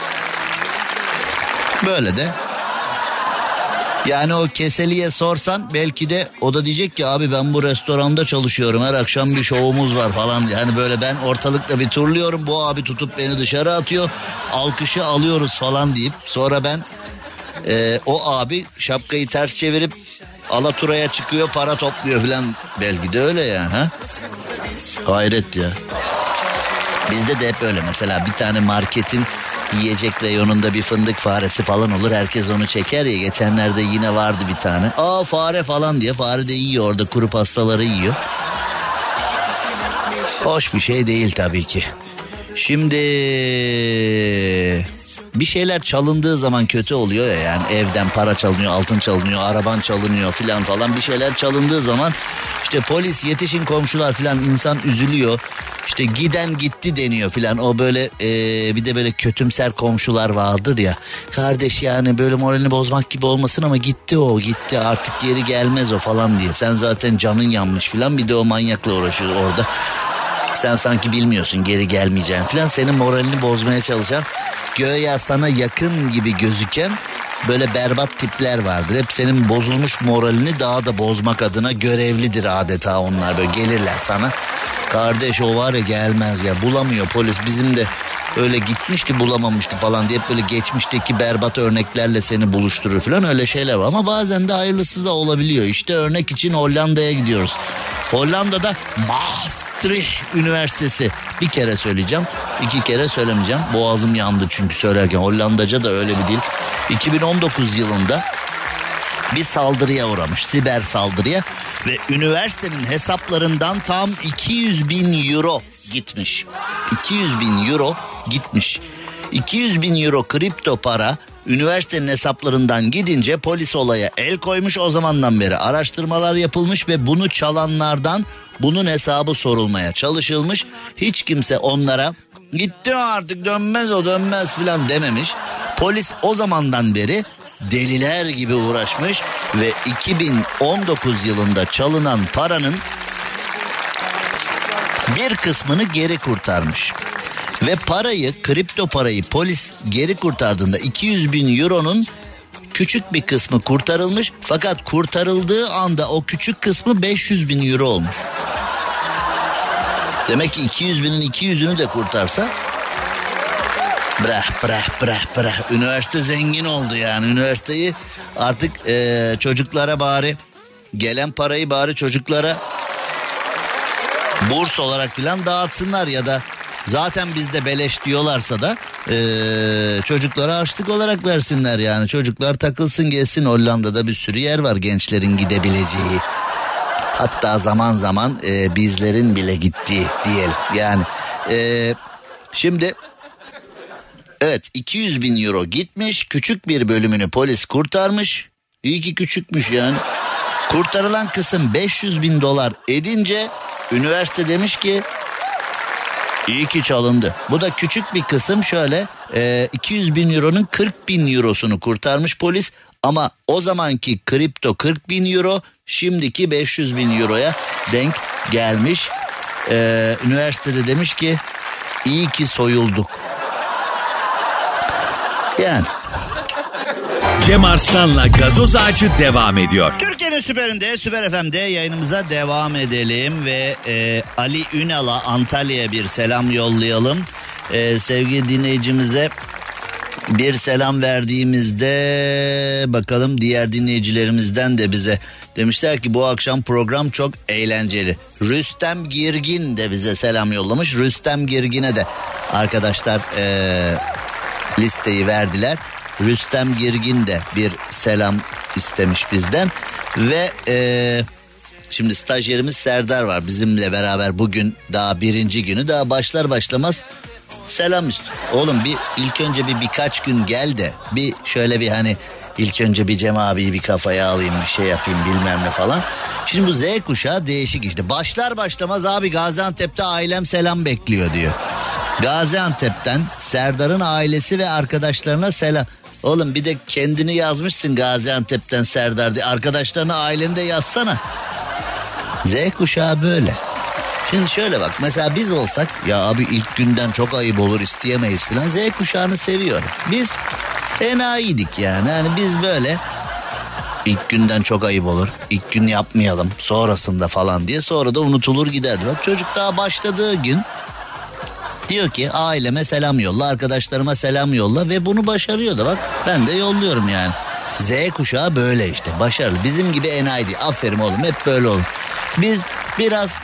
Böyle de. Yani o keseliye sorsan belki de o da diyecek ki abi ben bu restoranda çalışıyorum. Her akşam bir şovumuz var falan. Yani böyle ben ortalıkta bir turluyorum. Bu abi tutup beni dışarı atıyor. Alkışı alıyoruz falan deyip sonra ben o abi şapkayı ters çevirip alaturaya çıkıyor para topluyor falan. Belki de öyle ya. Ha? Hayret ya. Bizde de hep öyle mesela bir tane marketin yiyecek reyonunda bir fındık faresi falan olur. Herkes onu çeker ya. Geçenlerde yine vardı bir tane. Aa fare falan diye. Fare de yiyor orada kuru pastaları yiyor. Hoş bir şey değil tabii ki. Şimdi bir şeyler çalındığı zaman kötü oluyor ya. Yani evden para çalınıyor, altın çalınıyor, araban çalınıyor filan falan. Bir şeyler çalındığı zaman işte polis yetişin komşular filan insan üzülüyor. İşte giden gitti deniyor filan. O böyle bir de böyle kötümser komşular vardır ya. Kardeş yani böyle moralini bozmak gibi olmasın ama gitti o gitti artık geri gelmez o falan diye. Sen zaten canın yanmış filan bir de o manyakla uğraşıyor orada. Sen sanki bilmiyorsun geri gelmeyeceğini filan. Senin moralini bozmaya çalışan göğe sana yakın gibi gözüken böyle berbat tipler vardır. Hep senin bozulmuş moralini daha da bozmak adına görevlidir adeta onlar. Böyle gelirler sana. Kardeş o var ya gelmez ya bulamıyor polis bizim de öyle gitmişti bulamamıştı falan diye böyle geçmişteki berbat örneklerle seni buluşturur falan öyle şeyler var. Ama bazen de hayırlısı da olabiliyor. İşte örnek için Hollanda'ya gidiyoruz. Hollanda'da Maastricht Üniversitesi bir kere söyleyeceğim 2 kere söylemeyeceğim. Boğazım yandı çünkü söylerken Hollandaca da öyle bir dil. 2019 yılında bir saldırıya uğramış siber saldırıya ve üniversitenin hesaplarından tam 200.000 euro gitmiş. 200.000 euro gitmiş. 200.000 euro kripto para üniversitenin hesaplarından gidince polis olaya el koymuş. O zamandan beri araştırmalar yapılmış ve bunu çalanlardan bunun hesabı sorulmaya çalışılmış. Hiç kimse onlara gitti artık dönmez o dönmez filan dememiş. Polis o zamandan beri deliler gibi uğraşmış ve 2019 yılında çalınan paranın bir kısmını geri kurtarmış. Ve kripto parayı polis geri kurtardığında 200.000 euronun küçük bir kısmı kurtarılmış. Fakat kurtarıldığı anda o küçük kısmı 500.000 euro olmuş. Demek ki 200.000'in 200'ünü de kurtarsa Brah. Üniversite zengin oldu yani. Üniversiteyi artık çocuklara bari gelen parayı bari çocuklara burs olarak filan dağıtsınlar ya da zaten bizde beleş diyorlarsa da çocuklara harçlık olarak versinler yani. Çocuklar takılsın gezsin. Hollanda'da bir sürü yer var gençlerin gidebileceği. Hatta zaman zaman bizlerin bile gittiği diyelim yani. Şimdi evet 200.000 euro gitmiş. Küçük bir bölümünü polis kurtarmış. İyi ki küçükmüş yani. Kurtarılan kısım 500.000 dolar edince üniversite demiş ki iyi ki çalındı. Bu da küçük bir kısım şöyle 200.000 euronun 40.000 eurosunu kurtarmış polis. Ama o zamanki kripto 40.000 euro şimdiki 500.000 euroya denk gelmiş. Üniversitede demiş ki iyi ki soyulduk. Yani. Cem Arslan'la Gazoz Ağacı devam ediyor. Türkiye'nin süperinde, Süper FM'de yayınımıza devam edelim ve Ali Ünal'a Antalya'ya bir selam yollayalım. Sevgili dinleyicimize bir selam verdiğimizde bakalım diğer dinleyicilerimizden de bize demişler ki bu akşam program çok eğlenceli. Rüstem Girgin de bize selam yollamış. Rüstem Girgin'e de arkadaşlar listeyi verdiler. Rüstem Girgin de bir selam istemiş bizden ve Şimdi stajyerimiz Serdar var bizimle beraber, bugün daha 1. günü, daha başlar başlamaz selam istiyor. Oğlum bir ilk önce birkaç gün gel de bir şöyle bir hani ilk önce bir Cem abiyi bir kafaya alayım, bir şey yapayım bilmem ne falan. Şimdi bu Z kuşağı değişik işte. Başlar başlamaz abi Gaziantep'te ailem selam bekliyor diyor. Gaziantep'ten Serdar'ın ailesi ve arkadaşlarına selam. Oğlum bir de kendini yazmışsın Gaziantep'ten Serdar diye. Arkadaşlarına, aileni de yazsana. Z kuşağı böyle. Şimdi şöyle bak, mesela biz olsak ya abi ilk günden çok ayıp olur, isteyemeyiz falan. Z kuşağını seviyorum. Biz enayiydik yani. Hani biz böyle ilk günden çok ayıp olur, İlk gün yapmayalım sonrasında falan diye, sonra da unutulur giderdi. Bak çocuk daha başladığı gün diyor ki aileme selam yolla, arkadaşlarıma selam yolla ve bunu başarıyor da bak ben de yolluyorum yani. Z kuşağı böyle işte, başarılı. Bizim gibi enayi değil. Aferin oğlum, hep böyle olun. Biz biraz,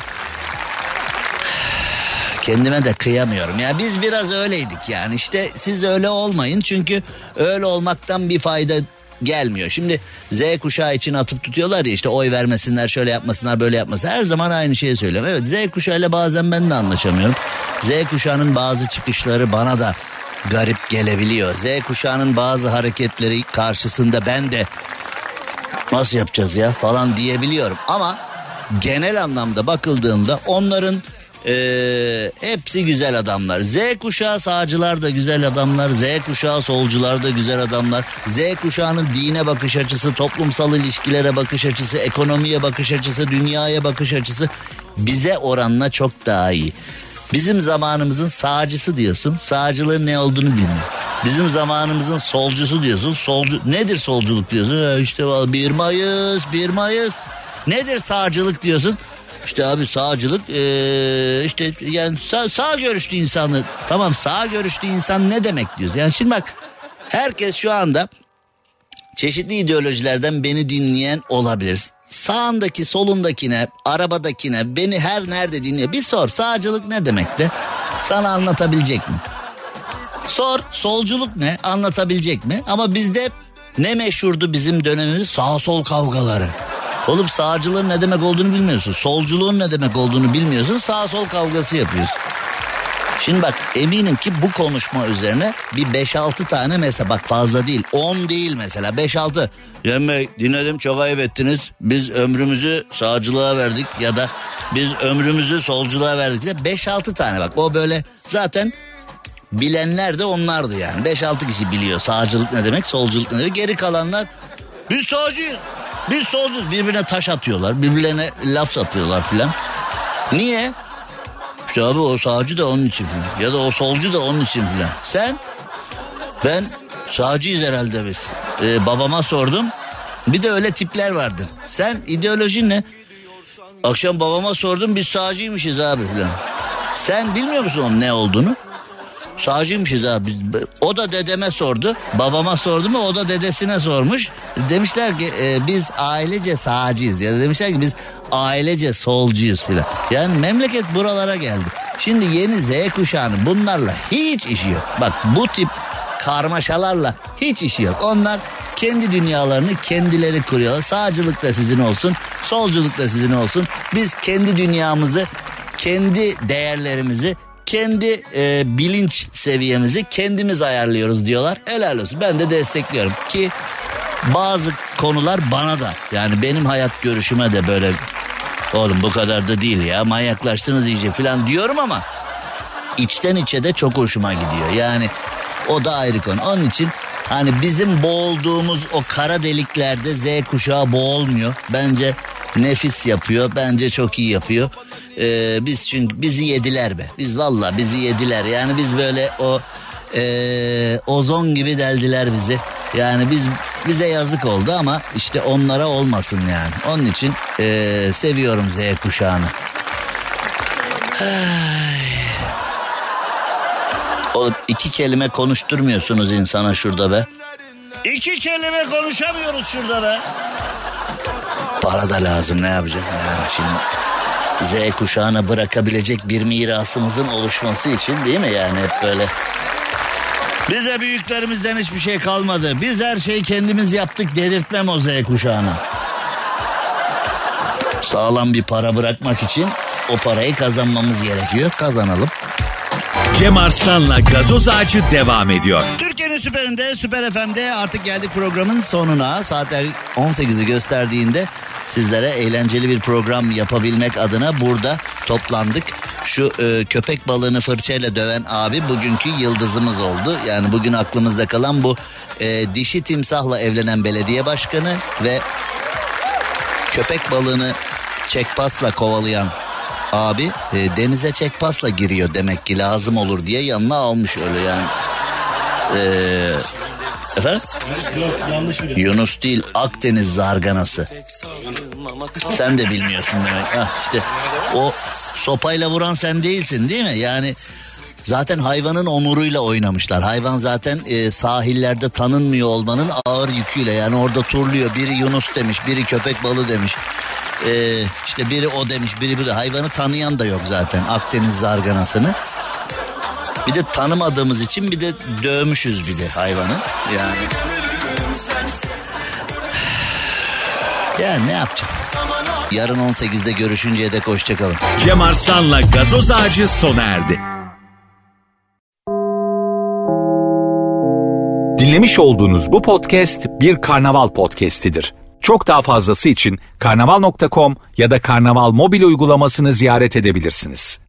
kendime de kıyamıyorum ya, biz biraz öyleydik yani. İşte siz öyle olmayın, çünkü öyle olmaktan bir fayda gelmiyor. Şimdi Z kuşağı için atıp tutuyorlar ya, işte oy vermesinler, şöyle yapmasınlar, böyle yapmasınlar. Her zaman aynı şeyi söylüyorum. Evet, Z kuşağıyla bazen ben de anlaşamıyorum. Z kuşağının bazı çıkışları bana da garip gelebiliyor. Z kuşağının bazı hareketleri karşısında ben de nasıl yapacağız ya falan diyebiliyorum. Ama genel anlamda bakıldığında onların hepsi güzel adamlar. Z kuşağı sağcılar da güzel adamlar. Z kuşağı solcular da güzel adamlar. Z kuşağının dine bakış açısı, toplumsal ilişkilere bakış açısı, ekonomiye bakış açısı, dünyaya bakış açısı bize oranla çok daha iyi. Bizim zamanımızın sağcısı diyorsun, sağcılığın ne olduğunu bilmiyor. Bizim zamanımızın solcusu diyorsun, nedir solculuk diyorsun, işte 1 Mayıs. Nedir sağcılık diyorsun? İşte abi sağcılık işte yani sağ görüşlü insanı, tamam sağ görüşlü insan ne demek diyoruz. Yani şimdi bak, herkes şu anda çeşitli ideolojilerden beni dinleyen olabilir. Sağındaki, solundakine, arabadakine, beni her nerede dinliyor bir sor, sağcılık ne demek de sana anlatabilecek mi? Sor, solculuk ne, anlatabilecek mi? Ama bizde ne meşhurdu bizim dönemimiz? Sağ sol kavgaları. Oğlum sağcılığın ne demek olduğunu bilmiyorsun. Solculuğun ne demek olduğunu bilmiyorsun. Sağ sol kavgası yapıyorsun. Şimdi bak, eminim ki bu konuşma üzerine bir 5-6 tane mesela, bak fazla değil 10 değil mesela 5-6. Bey dinledim, çok ayıp ettiniz. Biz ömrümüzü sağcılığa verdik ya da biz ömrümüzü solculuğa verdik de 5-6 tane bak, o böyle zaten bilenler de onlardı yani. 5-6 kişi biliyor sağcılık ne demek, solculuk ne demek. Geri kalanlar biz sağcıyız, biz solcuyuz, birbirine taş atıyorlar, birbirlerine laf atıyorlar filan. Niye? İşte abi o sağcı da onun için filan, ya da o solcu da onun için filan. Ben sağcıyız herhalde biz. Babama sordum, bir de öyle tipler vardır. Sen ideolojin ne? Akşam babama sordum, biz sağcıymışız abi filan. Sen bilmiyor musun onun ne olduğunu? Sağcıymışız abi. O da dedeme sordu. Babama sordu mu, o da dedesine sormuş. Demişler ki biz ailece sağcıyız. Ya da demişler ki biz ailece solcuyuz filan. Yani memleket buralara geldi. Şimdi yeni Z kuşağının bunlarla hiç işi yok. Bak bu tip karmaşalarla hiç işi yok. Onlar kendi dünyalarını kendileri kuruyorlar. Sağcılık da sizin olsun, solculuk da sizin olsun. Biz kendi dünyamızı, kendi değerlerimizi, kendi bilinç seviyemizi kendimiz ayarlıyoruz diyorlar. Helal olsun, ben de destekliyorum ki bazı konular bana da, yani benim hayat görüşüme de böyle oğlum bu kadar da değil ya, manyaklaştınız iyice falan diyorum ama içten içe de çok hoşuma gidiyor. Yani o da ayrı konu. Onun için hani bizim boğulduğumuz o kara deliklerde Z kuşağı boğulmuyor. Bence nefis yapıyor. Bence çok iyi yapıyor. Biz çünkü bizi yediler be. Biz vallahi bizi yediler. Yani biz böyle o ozon gibi deldiler bizi. Yani bize yazık oldu ama işte onlara olmasın yani. Onun için seviyorum Z kuşağını. Oğlum 2 kelime konuşturmuyorsunuz insana şurada be. 2 kelime konuşamıyoruz şurada be. Para da lazım, ne yapacağım yani şimdi. Z kuşağına bırakabilecek bir mirasımızın oluşması için, değil mi yani, hep böyle. Bize büyüklerimizden hiçbir şey kalmadı. Biz her şeyi kendimiz yaptık dedirtmem o Z kuşağına. Sağlam bir para bırakmak için o parayı kazanmamız gerekiyor. Kazanalım. Cem Arslan'la Gazoz Ağacı devam ediyor. Türkiye'nin süperinde, Süper FM'de artık geldik programın sonuna. Saatler 18'i gösterdiğinde sizlere eğlenceli bir program yapabilmek adına burada toplandık. Şu köpek balığını fırçayla döven abi bugünkü yıldızımız oldu. Yani bugün aklımızda kalan bu dişi timsahla evlenen belediye başkanı ve köpek balığını çekpasla kovalayan abi denize çekpasla giriyor demek ki lazım olur diye yanına almış öyle yani. Efendim? Yok, yanlış biliyorum. Yunus değil, Akdeniz zarganası. Sen de bilmiyorsun demek. İşte o sopayla vuran sen değilsin değil mi? Yani zaten hayvanın onuruyla oynamışlar. Hayvan zaten sahillerde tanınmıyor olmanın ağır yüküyle. Yani orada turluyor. Biri Yunus demiş, biri köpek balığı demiş. İşte biri o demiş, biri bu da. Hayvanı tanıyan da yok zaten, Akdeniz zarganasını. Bir de tanımadığımız için bir de dövmüşüz bir de hayvanı. Yani ne yapacağım? Yarın 18'de görüşünceye dek hoşçakalın. Cem Arslan'la Gazoz Ağacı sona erdi. Dinlemiş olduğunuz bu podcast bir karnaval podcastidir. Çok daha fazlası için karnaval.com ya da karnaval mobil uygulamasını ziyaret edebilirsiniz.